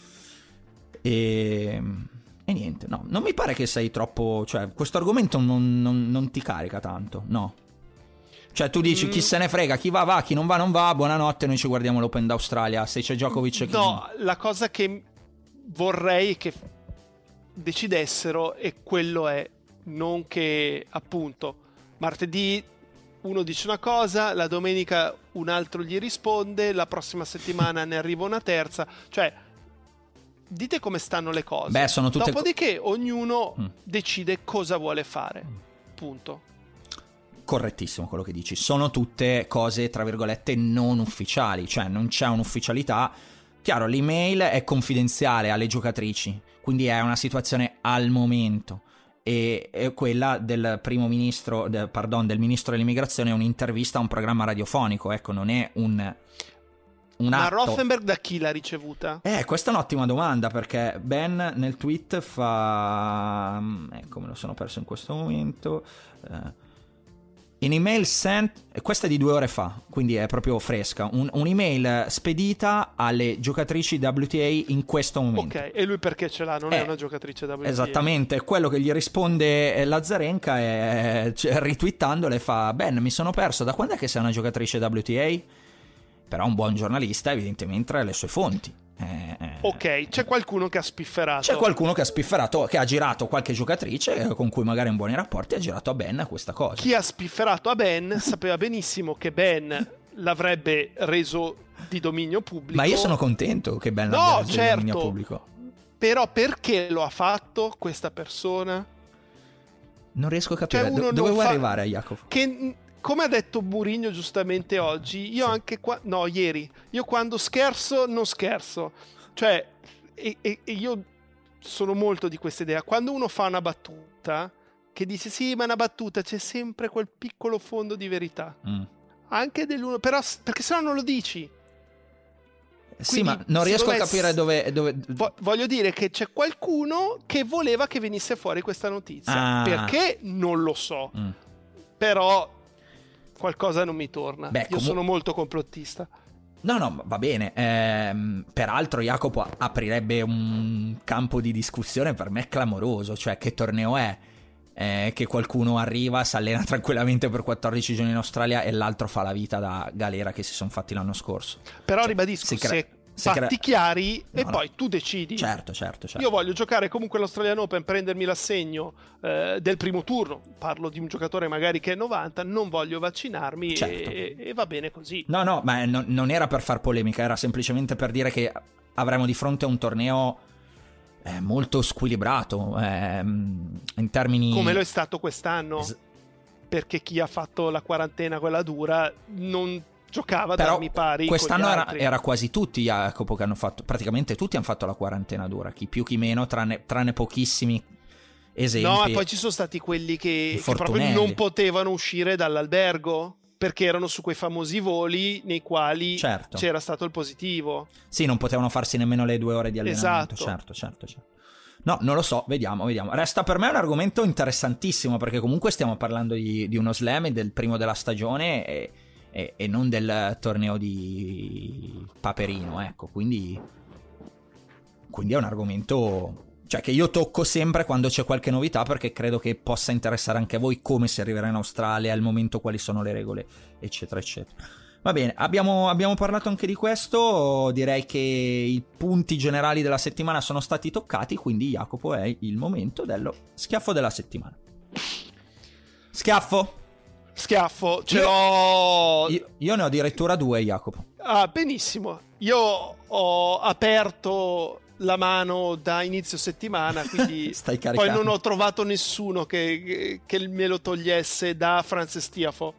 E... e niente, no, non mi pare che sei troppo... Cioè, questo argomento non, non, non ti carica tanto, no. Cioè, tu dici, mm. chi se ne frega, chi va va, chi non va non va, buonanotte, noi ci guardiamo l'Open d'Australia, se c'è Djokovic... No, chi... la cosa che vorrei che decidessero, e quello è, non che, appunto, martedì uno dice una cosa, la domenica un altro gli risponde, la prossima settimana ne arriva una terza, cioè... Dite come stanno le cose. Beh, sono tutte... Dopodiché ognuno mm. decide cosa vuole fare. Punto. Correttissimo quello che dici. Sono tutte cose, tra virgolette, non ufficiali. Cioè, non c'è un'ufficialità. Chiaro, l'email è confidenziale alle giocatrici. Quindi è una situazione al momento. E, e quella del primo ministro, de, pardon, del ministro dell'immigrazione è un'intervista a un programma radiofonico. Ecco, non è un... Ma Rothenberg da chi l'ha ricevuta? Eh, questa è un'ottima domanda, perché Ben nel tweet fa... Ecco, me lo sono perso in questo momento. Uh, in email sent... Questa è di due ore fa, quindi è proprio fresca. Un, un'email spedita alle giocatrici W T A in questo momento. Ok, e lui perché ce l'ha? Non eh, è una giocatrice W T A. Esattamente, quello che gli risponde Lazzarenka è, cioè, ritwittandole, fa: Ben, mi sono perso, da quando è che sei una giocatrice W T A? Però un buon giornalista evidentemente ha le sue fonti. Eh, eh, ok, c'è qualcuno che ha spifferato. C'è qualcuno che ha spifferato, che ha girato qualche giocatrice con cui magari in buoni rapporti, ha girato a Ben questa cosa. Chi ha spifferato a Ben sapeva benissimo che Ben l'avrebbe reso di dominio pubblico. Ma io sono contento che Ben no, l'abbia reso certo, di dominio pubblico. Però perché lo ha fatto questa persona? Non riesco a capire. Cioè, Do- dove vuoi fa... arrivare, Jacopo? Che... Come ha detto Mourinho giustamente oggi, io sì. anche qua, no, ieri, io quando scherzo non scherzo, cioè, e, e, e io sono molto di questa idea, quando uno fa una battuta, che dice sì, ma è una battuta, c'è sempre quel piccolo fondo di verità, mm. anche dell'uno, però, perché sennò non lo dici. Quindi, sì, ma non riesco a capire è... dove, dove... Voglio dire che c'è qualcuno che voleva che venisse fuori questa notizia, ah. perché non lo so, mm. però... qualcosa non mi torna. Beh, io comu... sono molto complottista. No, no, va bene. Ehm, peraltro Jacopo aprirebbe un campo di discussione per me clamoroso. Cioè, che torneo è? Eh, che qualcuno arriva, si allena tranquillamente per quattordici giorni in Australia e l'altro fa la vita da galera che si sono fatti l'anno scorso. Però cioè, ribadisco, crea... se fatti crea... chiari no, e no. poi tu decidi. Certo, certo, certo. Io voglio giocare comunque l'Australian Open, prendermi l'assegno eh, del primo turno, parlo di un giocatore magari che è novanta, non voglio vaccinarmi, certo. e, e va bene così. No, no, ma no, non era per far polemica, era semplicemente per dire che avremo di fronte a un torneo eh, molto squilibrato eh, in termini... Come lo è stato quest'anno, es- perché chi ha fatto la quarantena quella dura non giocava Però d'armi pari. quest'anno con gli era, altri. era quasi tutti, Jacopo, che hanno fatto, praticamente tutti hanno fatto la quarantena dura, chi più chi meno, tranne, tranne pochissimi esempi. No, ma poi ci sono stati quelli che, che proprio Fortunelli. non potevano uscire dall'albergo perché erano su quei famosi voli nei quali Certo. c'era stato il positivo. Sì, non potevano farsi nemmeno le due ore di allenamento. Esatto. Certo, certo, certo. No, non lo so, vediamo, vediamo. Resta per me un argomento interessantissimo, perché comunque stiamo parlando di, di uno slam, del primo della stagione e, e, e non del torneo di Paperino, ecco, quindi quindi è un argomento, cioè, che io tocco sempre quando c'è qualche novità, perché credo che possa interessare anche a voi, come si arriverà in Australia, al momento quali sono le regole, eccetera, eccetera. Va bene, abbiamo, abbiamo parlato anche di questo, direi che i punti generali della settimana sono stati toccati, quindi Jacopo è il momento dello schiaffo della settimana. Schiaffo? Schiaffo, ce Io- l'ho... Io, io ne ho addirittura due, Jacopo. Ah, benissimo. Io ho aperto la mano da inizio settimana, quindi Stai poi caricando. non ho trovato nessuno che, che me lo togliesse da Frances Tiafoe.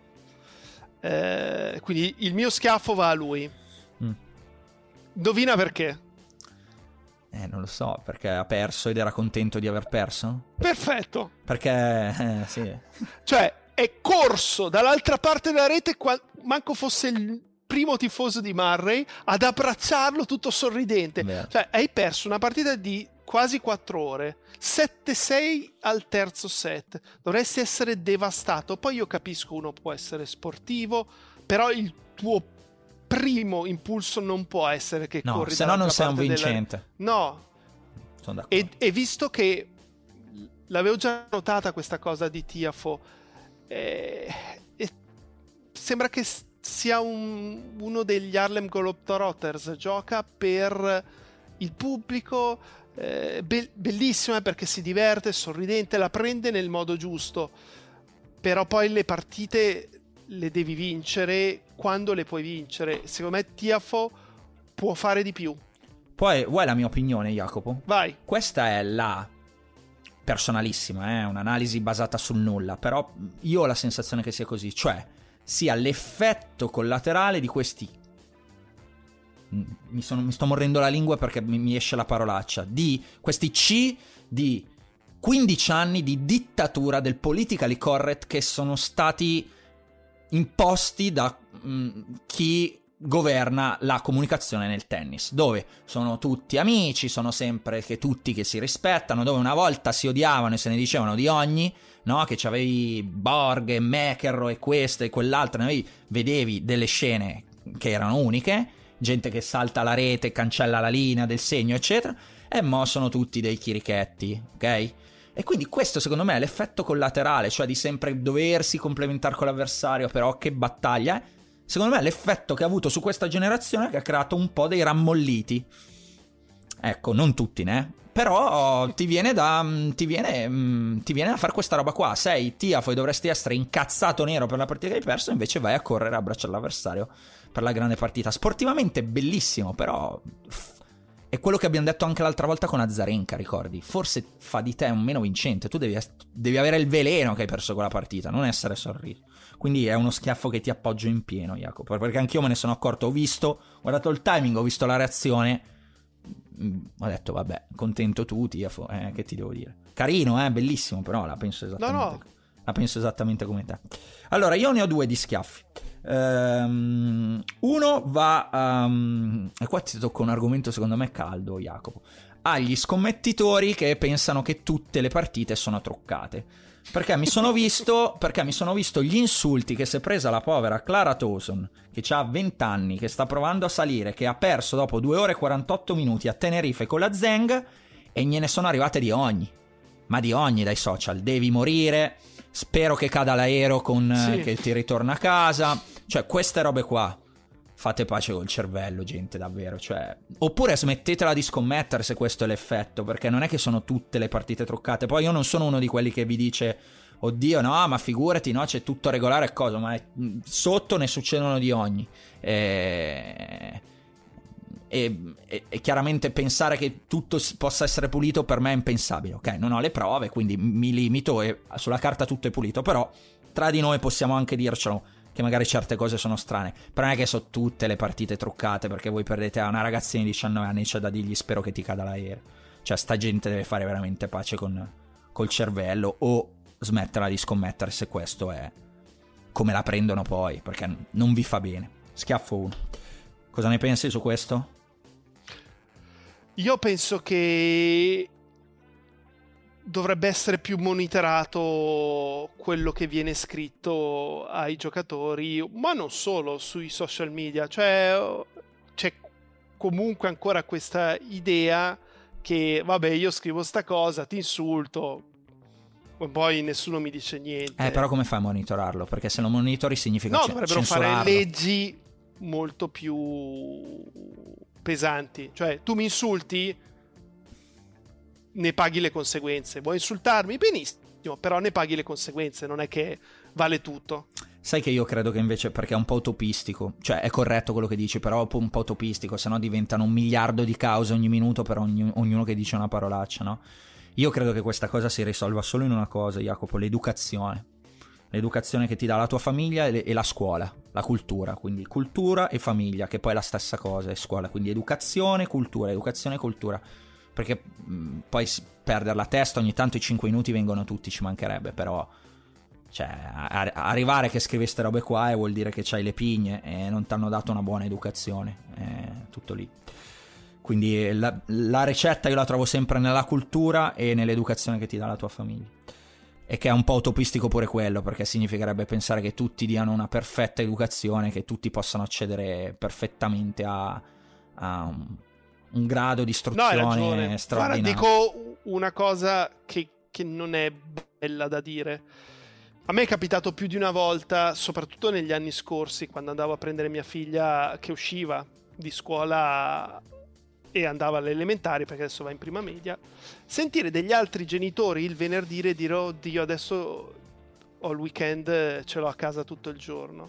Eh, quindi il mio schiaffo va a lui. Mm. Indovina perché? Eh, non lo so, perché ha perso ed era contento di aver perso? Perfetto. Perché, eh, sì. Cioè, è corso dall'altra parte della rete, qua- manco fosse il primo tifoso di Murray, ad abbracciarlo tutto sorridente. Vero. Cioè, hai perso una partita di quasi quattro ore, sette sei al terzo set, dovresti essere devastato. Poi io capisco, uno può essere sportivo, però il tuo primo impulso non può essere che No, corri se no non dall'altra sei un parte della- vincente. No, Sono d'accordo. e, e visto che l'avevo già notata questa cosa di Tiafoe, eh, e sembra che s- sia un- uno degli Harlem Globetrotters, gioca per il pubblico, eh, be- bellissima perché si diverte, è sorridente, la prende nel modo giusto, però poi le partite le devi vincere quando le puoi vincere. Secondo me Tiafoe può fare di più. Poi, vuoi la mia opinione, Jacopo? Vai. Questa è la personalissima, è eh? un'analisi basata sul nulla, però io ho la sensazione che sia così, cioè sia l'effetto collaterale di questi, mi, sono, mi sto mordendo la lingua perché mi, mi esce la parolaccia, di questi C di quindici anni di dittatura del politically correct che sono stati imposti da mh, chi governa la comunicazione nel tennis, dove sono tutti amici, sono sempre che tutti che si rispettano, dove una volta si odiavano e se ne dicevano di ogni, no? Che c'avevi Borg e McEnroe e questo e quell'altro, ne avevi, vedevi delle scene che erano uniche, gente che salta la rete, cancella la linea del segno, eccetera, e mo sono tutti dei chirichetti, ok? E quindi questo secondo me è l'effetto collaterale, cioè di sempre doversi complementare con l'avversario, però che battaglia è. Secondo me è l'effetto che ha avuto su questa generazione che ha creato un po' dei rammolliti. Ecco, non tutti, né? Però ti viene da ti viene, ti viene da fare questa roba qua. Sei Tiafoe e dovresti essere incazzato nero per la partita che hai perso, invece vai a correre a abbracciare l'avversario per la grande partita. Sportivamente bellissimo, però è quello che abbiamo detto anche l'altra volta con Azarenka, ricordi? Forse fa di te un meno vincente. Tu devi, devi avere il veleno che hai perso quella partita, non essere sorriso. Quindi è uno schiaffo che ti appoggio in pieno, Jacopo, perché anch'io me ne sono accorto. Ho visto, ho guardato il timing, ho visto la reazione, ho detto vabbè, contento tu Tiafoe, eh, che ti devo dire. Carino, eh, bellissimo, però la penso esattamente, No, no. la penso esattamente come te. Allora, io ne ho due di schiaffi. Um, uno va um, e qua ti tocco un argomento secondo me caldo, Jacopo, agli scommettitori che pensano che tutte le partite sono truccate, perché mi sono visto perché mi sono visto gli insulti che si è presa la povera Clara Towson, che ha venti anni, che sta provando a salire, che ha perso dopo due ore e quarantotto minuti a Tenerife con la Zeng, e gliene sono arrivate di ogni, ma di ogni dai social. Devi morire, spero che cada l'aereo con Sì. che ti ritorna a casa, cioè queste robe qua. fate pace col cervello, gente, davvero, cioè, oppure smettetela di scommettere se questo è l'effetto, perché non è che sono tutte le partite truccate. Poi io non sono uno di quelli che vi dice oddio no ma figurati, no, c'è tutto regolare e cosa, ma è, sotto ne succedono di ogni e... E, e, e chiaramente pensare che tutto possa essere pulito per me è impensabile, ok? Non ho le prove, quindi mi limito e sulla carta tutto è pulito, però tra di noi possiamo anche dircelo che magari certe cose sono strane, però non è che sono tutte le partite truccate perché voi perdete a una ragazzina di diciannove anni, c'è da dirgli spero che ti cada l'aereo. Cioè sta gente deve fare veramente pace con col cervello o smetterla di scommettere se questo è come la prendono poi, perché non vi fa bene. Schiaffo uno. Cosa ne pensi su questo? Io penso che dovrebbe essere più monitorato quello che viene scritto ai giocatori, ma non solo sui social media. Cioè, c'è comunque ancora questa idea che, vabbè, io scrivo sta cosa, ti insulto, poi nessuno mi dice niente. Eh, però come fai a monitorarlo? Perché se lo monitori significa no, c- dovrebbero censurarlo. fare leggi molto più pesanti. Cioè, tu mi insulti, ne paghi le conseguenze. Vuoi insultarmi? Benissimo, però ne paghi le conseguenze, non è che vale tutto. Sai che io credo che invece, perché è un po' utopistico, cioè è corretto quello che dici, però è un po' utopistico, sennò diventano un miliardo di cause ogni minuto per ogni, ognuno che dice una parolaccia, no? Io credo che questa cosa si risolva solo in una cosa, Jacopo, l'educazione. L'educazione che ti dà la tua famiglia e la scuola, la cultura, quindi cultura e famiglia, che poi è la stessa cosa, è scuola, quindi educazione, cultura, educazione e cultura, perché mh, poi perdere la testa ogni tanto i cinque minuti vengono tutti, ci mancherebbe, però cioè a- arrivare che scrivi queste robe qua e vuol dire che c'hai le pigne e non ti hanno dato una buona educazione, è tutto lì. Quindi la, la ricetta io la trovo sempre nella cultura e nell'educazione che ti dà la tua famiglia. E che è un po' utopistico pure quello, perché significherebbe pensare che tutti diano una perfetta educazione, che tutti possano accedere perfettamente a, a un, un grado di istruzione no, hai ragione. straordinario. Guarda, dico una cosa che, che non è bella da dire. A me è capitato più di una volta, soprattutto negli anni scorsi, quando andavo a prendere mia figlia che usciva di scuola e andava alle elementari, perché adesso va in prima media, sentire degli altri genitori il venerdì e dire oddio adesso ho il weekend, ce l'ho a casa tutto il giorno.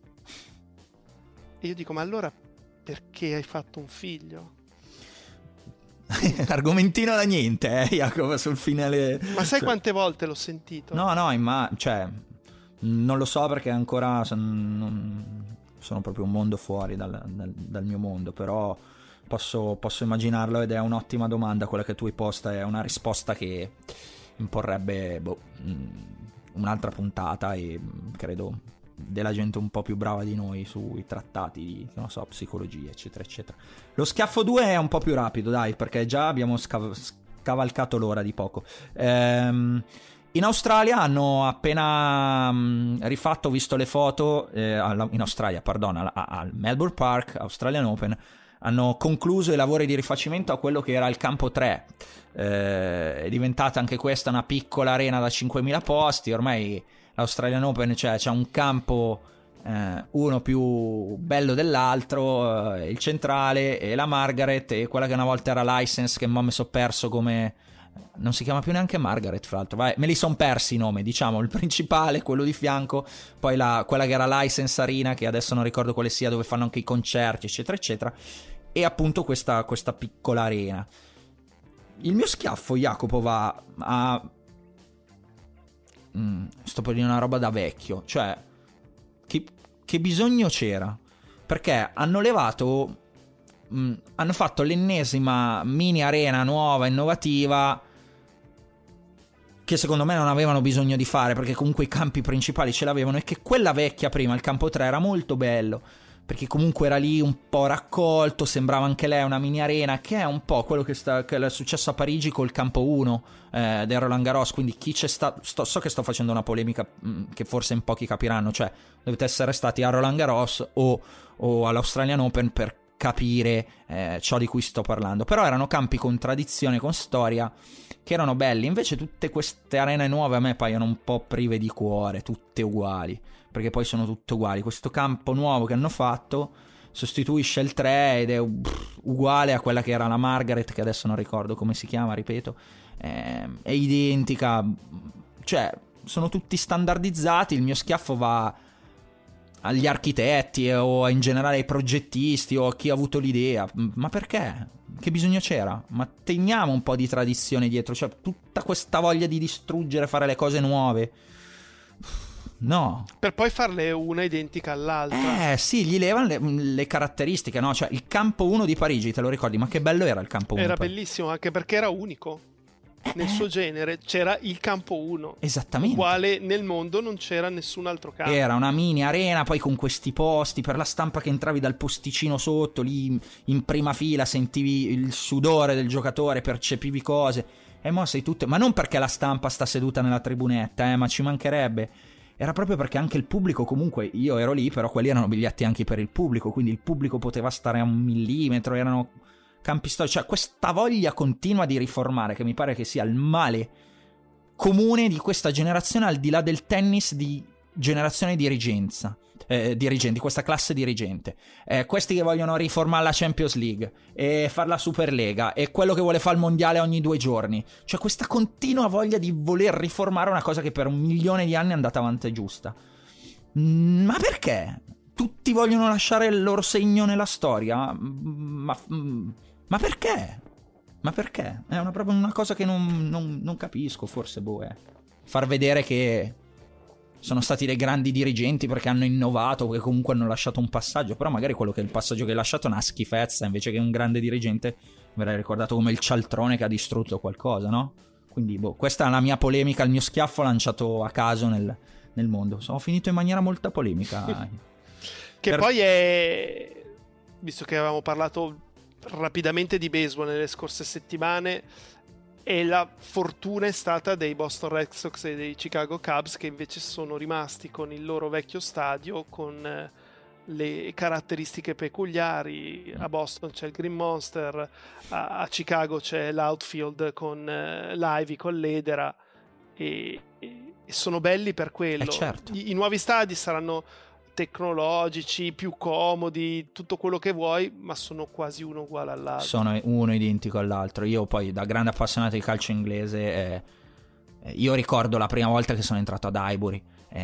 E io dico ma allora perché hai fatto un figlio? Argomentino da niente, eh, Jacopo, sul finale. Ma sai quante volte l'ho sentito? No, no, imma- cioè, non lo so perché ancora son- sono proprio un mondo fuori dal, dal, dal mio mondo, però posso, posso immaginarlo ed è un'ottima domanda quella che tu hai posta, è una risposta che imporrebbe boh, un'altra puntata e credo della gente un po' più brava di noi sui trattati di, non so, psicologia, eccetera, eccetera. Lo schiaffo due è un po' più rapido, dai, perché già abbiamo scav- scavalcato l'ora di poco. Ehm, in Australia hanno appena mh, rifatto, visto le foto, eh, alla, in Australia, pardon, al, al Melbourne Park, Australian Open, hanno concluso i lavori di rifacimento a quello che era il campo tre. Eh, è diventata anche questa una piccola arena da cinquemila posti, ormai l'Australian Open, cioè c'è un campo eh, uno più bello dell'altro, eh, il centrale e la Margaret e quella che una volta era License, che mo mi so perso come... non si chiama più neanche Margaret, fra l'altro. Vai, me li son persi i nomi, diciamo, il principale, quello di fianco, poi la, quella che era License Arena, che adesso non ricordo quale sia, dove fanno anche i concerti, eccetera, eccetera, e appunto questa, questa piccola arena. Il mio schiaffo, Jacopo, va a... Mm, sto per dire una roba da vecchio, cioè che, che bisogno c'era, perché hanno levato mh, hanno fatto l'ennesima mini arena nuova, innovativa, che secondo me non avevano bisogno di fare, perché comunque i campi principali ce l'avevano, e che quella vecchia prima, il campo tre, era molto bello, perché comunque era lì un po' raccolto, sembrava anche lei una mini arena, che è un po' quello che, sta, che è successo a Parigi col campo uno eh, del Roland Garros. Quindi chi c'è stato, sto, so che sto facendo una polemica mh, che forse in pochi capiranno, cioè dovete essere stati a Roland Garros o, o all'Australian Open per capire eh, ciò di cui sto parlando, però erano campi con tradizione, con storia, che erano belli. Invece tutte queste arene nuove a me paiono un po' prive di cuore, tutte uguali, perché poi sono tutte uguali. Questo campo nuovo che hanno fatto sostituisce il tre ed è pff, uguale a quella che era la Margaret, che adesso non ricordo come si chiama, ripeto, è, è identica, cioè sono tutti standardizzati. Il mio schiaffo va agli architetti o in generale ai progettisti o a chi ha avuto l'idea. Ma perché? Che bisogno c'era? Ma teniamo un po' di tradizione dietro, cioè tutta questa voglia di distruggere, fare le cose nuove. No. Per poi farle una identica all'altra. Eh sì, gli levano le, le caratteristiche, no? Cioè il campo uno di Parigi, te lo ricordi? Ma che bello era il campo uno. Era bellissimo, anche perché era unico. Nel suo genere c'era il campo uno. Esattamente. Uguale nel mondo non c'era nessun altro campo. Era una mini arena, poi con questi posti per la stampa che entravi dal posticino sotto, lì in prima fila sentivi il sudore del giocatore, percepivi cose. E mo sei tutto... Ma non perché la stampa sta seduta nella tribunetta, eh, ma ci mancherebbe. Era proprio perché anche il pubblico, comunque io ero lì, però quelli erano biglietti anche per il pubblico, quindi il pubblico poteva stare a un millimetro, erano campi storici, cioè questa voglia continua di riformare, che mi pare che sia il male comune di questa generazione, al di là del tennis, di generazione dirigenza, eh, dirigenti, questa classe dirigente, eh, questi che vogliono riformare la Champions League e fare la Superlega e quello che vuole fare il mondiale ogni due giorni, cioè questa continua voglia di voler riformare una cosa che per un milione di anni è andata avanti giusta. Mm, ma perché? Tutti vogliono lasciare il loro segno nella storia? Ma, ma perché? Ma perché? È una, proprio una cosa che non, non, non capisco, forse, boh, è far vedere che sono stati dei grandi dirigenti perché hanno innovato, che comunque hanno lasciato un passaggio, però magari quello che è il passaggio che hai lasciato è una schifezza, invece che un grande dirigente verrei ricordato come il cialtrone che ha distrutto qualcosa, no? Quindi, boh, questa è la mia polemica, il mio schiaffo lanciato a caso nel, nel mondo. Sono finito in maniera molto polemica. Che per... poi è, visto che avevamo parlato rapidamente di baseball nelle scorse settimane, e la fortuna è stata dei Boston Red Sox e dei Chicago Cubs, che invece sono rimasti con il loro vecchio stadio, con le caratteristiche peculiari. A Boston c'è il Green Monster, a, a Chicago c'è l'outfield con uh, l'Ivy, con l'Edera, e, e, e sono belli per quello. Eh certo. I, I nuovi stadi saranno tecnologici, più comodi, tutto quello che vuoi, ma sono quasi uno uguale all'altro. Sono uno identico all'altro. Io poi, da grande appassionato di calcio inglese, eh, io ricordo la prima volta che sono entrato ad Highbury.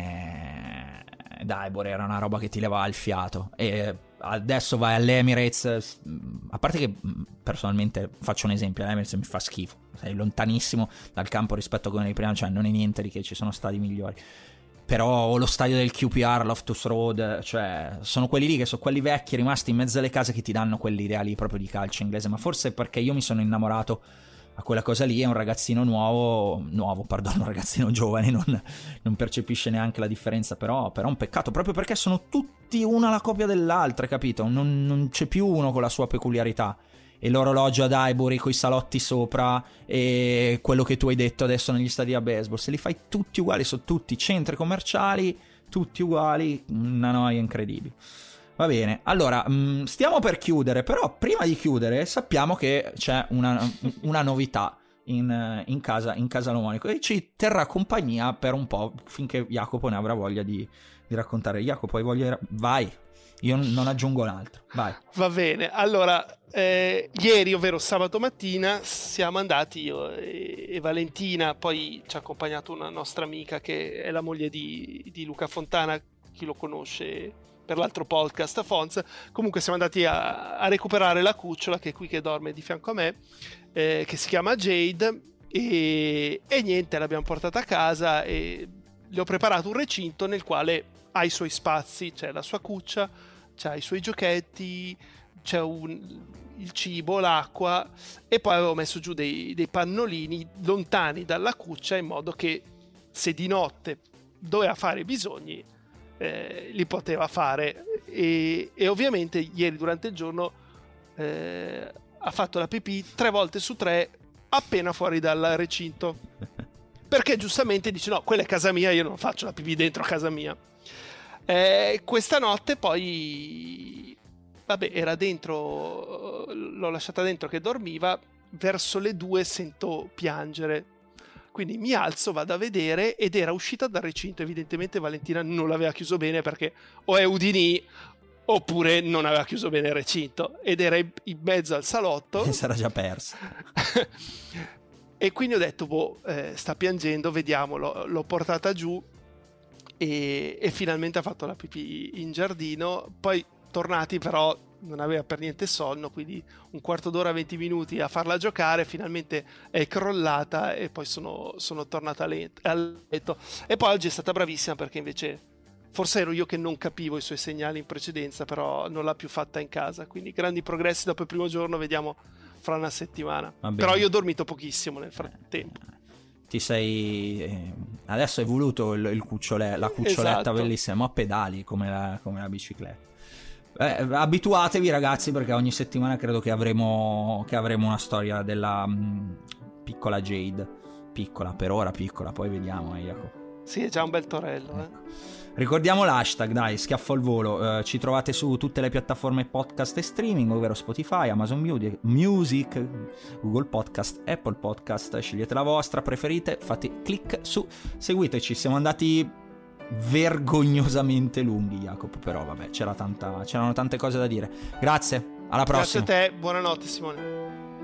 Eh, ad Highbury era una roba che ti levava il fiato. E adesso vai all'Emirates, a parte che personalmente faccio un esempio, l'Emirates mi fa schifo, sei lontanissimo dal campo rispetto a quello di prima, cioè non è niente di che, ci sono stadi migliori. Però lo stadio del Q P R, Loftus Road, cioè sono quelli lì che sono quelli vecchi rimasti in mezzo alle case che ti danno quell'idea lì proprio di calcio inglese. Ma forse perché io mi sono innamorato a quella cosa lì, è un ragazzino nuovo, nuovo, perdono, un ragazzino giovane, non, non percepisce neanche la differenza, però, però è un peccato, proprio perché sono tutti una la copia dell'altra, capito? Non, non c'è più uno con la sua peculiarità. E l'orologio ad Highbury coi salotti sopra, e quello che tu hai detto adesso negli stadi a baseball, se li fai tutti uguali, sono tutti centri commerciali, tutti uguali, una noia incredibile. Va bene, allora mh, stiamo per chiudere, però prima di chiudere sappiamo che c'è una, una novità in, in casa in casa Lomonico, e ci terrà compagnia per un po' finché Jacopo ne avrà voglia di, di raccontare. Jacopo, hai voglia di... vai, io non aggiungo un altro, vai. Va bene, allora eh, ieri, ovvero sabato mattina, siamo andati io e, e Valentina, poi ci ha accompagnato una nostra amica che è la moglie di, di Luca Fontana, chi lo conosce per l'altro podcast, Fonz. Comunque siamo andati a, a recuperare la cucciola che è qui, che dorme di fianco a me, eh, che si chiama Jade, e, e niente, l'abbiamo portata a casa e le ho preparato un recinto nel quale ha i suoi spazi, c'è la sua cuccia, c'ha i suoi giochetti, c'è un, il cibo, l'acqua, e poi avevo messo giù dei, dei pannolini lontani dalla cuccia, in modo che se di notte doveva fare i bisogni eh, li poteva fare. E, e ovviamente ieri durante il giorno eh, ha fatto la pipì tre volte su tre appena fuori dal recinto, perché giustamente dice no, quella è casa mia, io non faccio la pipì dentro casa mia. Eh, questa notte poi vabbè, era dentro, l'ho lasciata dentro che dormiva, verso le due sento piangere, quindi mi alzo, vado a vedere, ed era uscita dal recinto. Evidentemente Valentina non l'aveva chiuso bene, perché o è Udinì oppure non aveva chiuso bene il recinto ed era in mezzo al salotto e si era già perso. E quindi ho detto boh, eh, sta piangendo, vediamolo. L'ho portata giù e, e finalmente ha fatto la pipì in giardino. Poi tornati, però non aveva per niente sonno, quindi un quarto d'ora, venti minuti a farla giocare, finalmente è crollata e poi sono, sono tornata a letto. E poi oggi è stata bravissima, perché invece forse ero io che non capivo i suoi segnali in precedenza, però non l'ha più fatta in casa, quindi grandi progressi dopo il primo giorno, vediamo fra una settimana. Però io ho dormito pochissimo nel frattempo. Ti sei eh, adesso hai voluto il, il cucciole, la cuccioletta, esatto, bellissima, ma a pedali come la, come la bicicletta. Eh, abituatevi ragazzi, perché ogni settimana credo che avremo che avremo una storia della mh, piccola Jade, piccola per ora, piccola, poi vediamo, eh, Jacopo. Sì, è già un bel torello, eh. Ecco. Ricordiamo l'hashtag, dai, schiaffo al volo. Eh, ci trovate su tutte le piattaforme podcast e streaming, ovvero Spotify, Amazon Music, Google Podcast, Apple Podcast. Scegliete la vostra, preferite, fate click su, seguiteci. Siamo andati vergognosamente lunghi, Jacopo, però vabbè, c'era tanta, c'erano tante cose da dire. Grazie, alla prossima. Grazie a te, buonanotte Simone.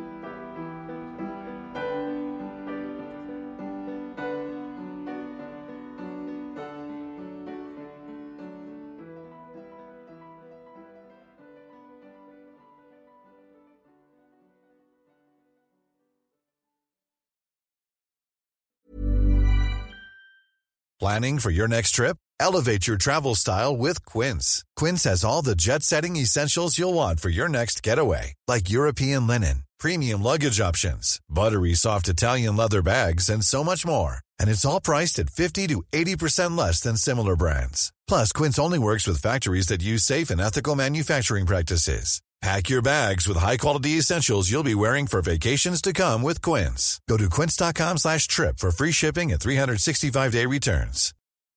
Planning for your next trip? Elevate your travel style with Quince. Quince has all the jet-setting essentials you'll want for your next getaway, like European linen, premium luggage options, buttery soft Italian leather bags, and so much more. And it's all priced at fifty to eighty percent less than similar brands. Plus, Quince only works with factories that use safe and ethical manufacturing practices. Pack your bags with high-quality essentials you'll be wearing for vacations to come with Quince. Go to quince dot com slash trip for free shipping and three sixty-five day returns.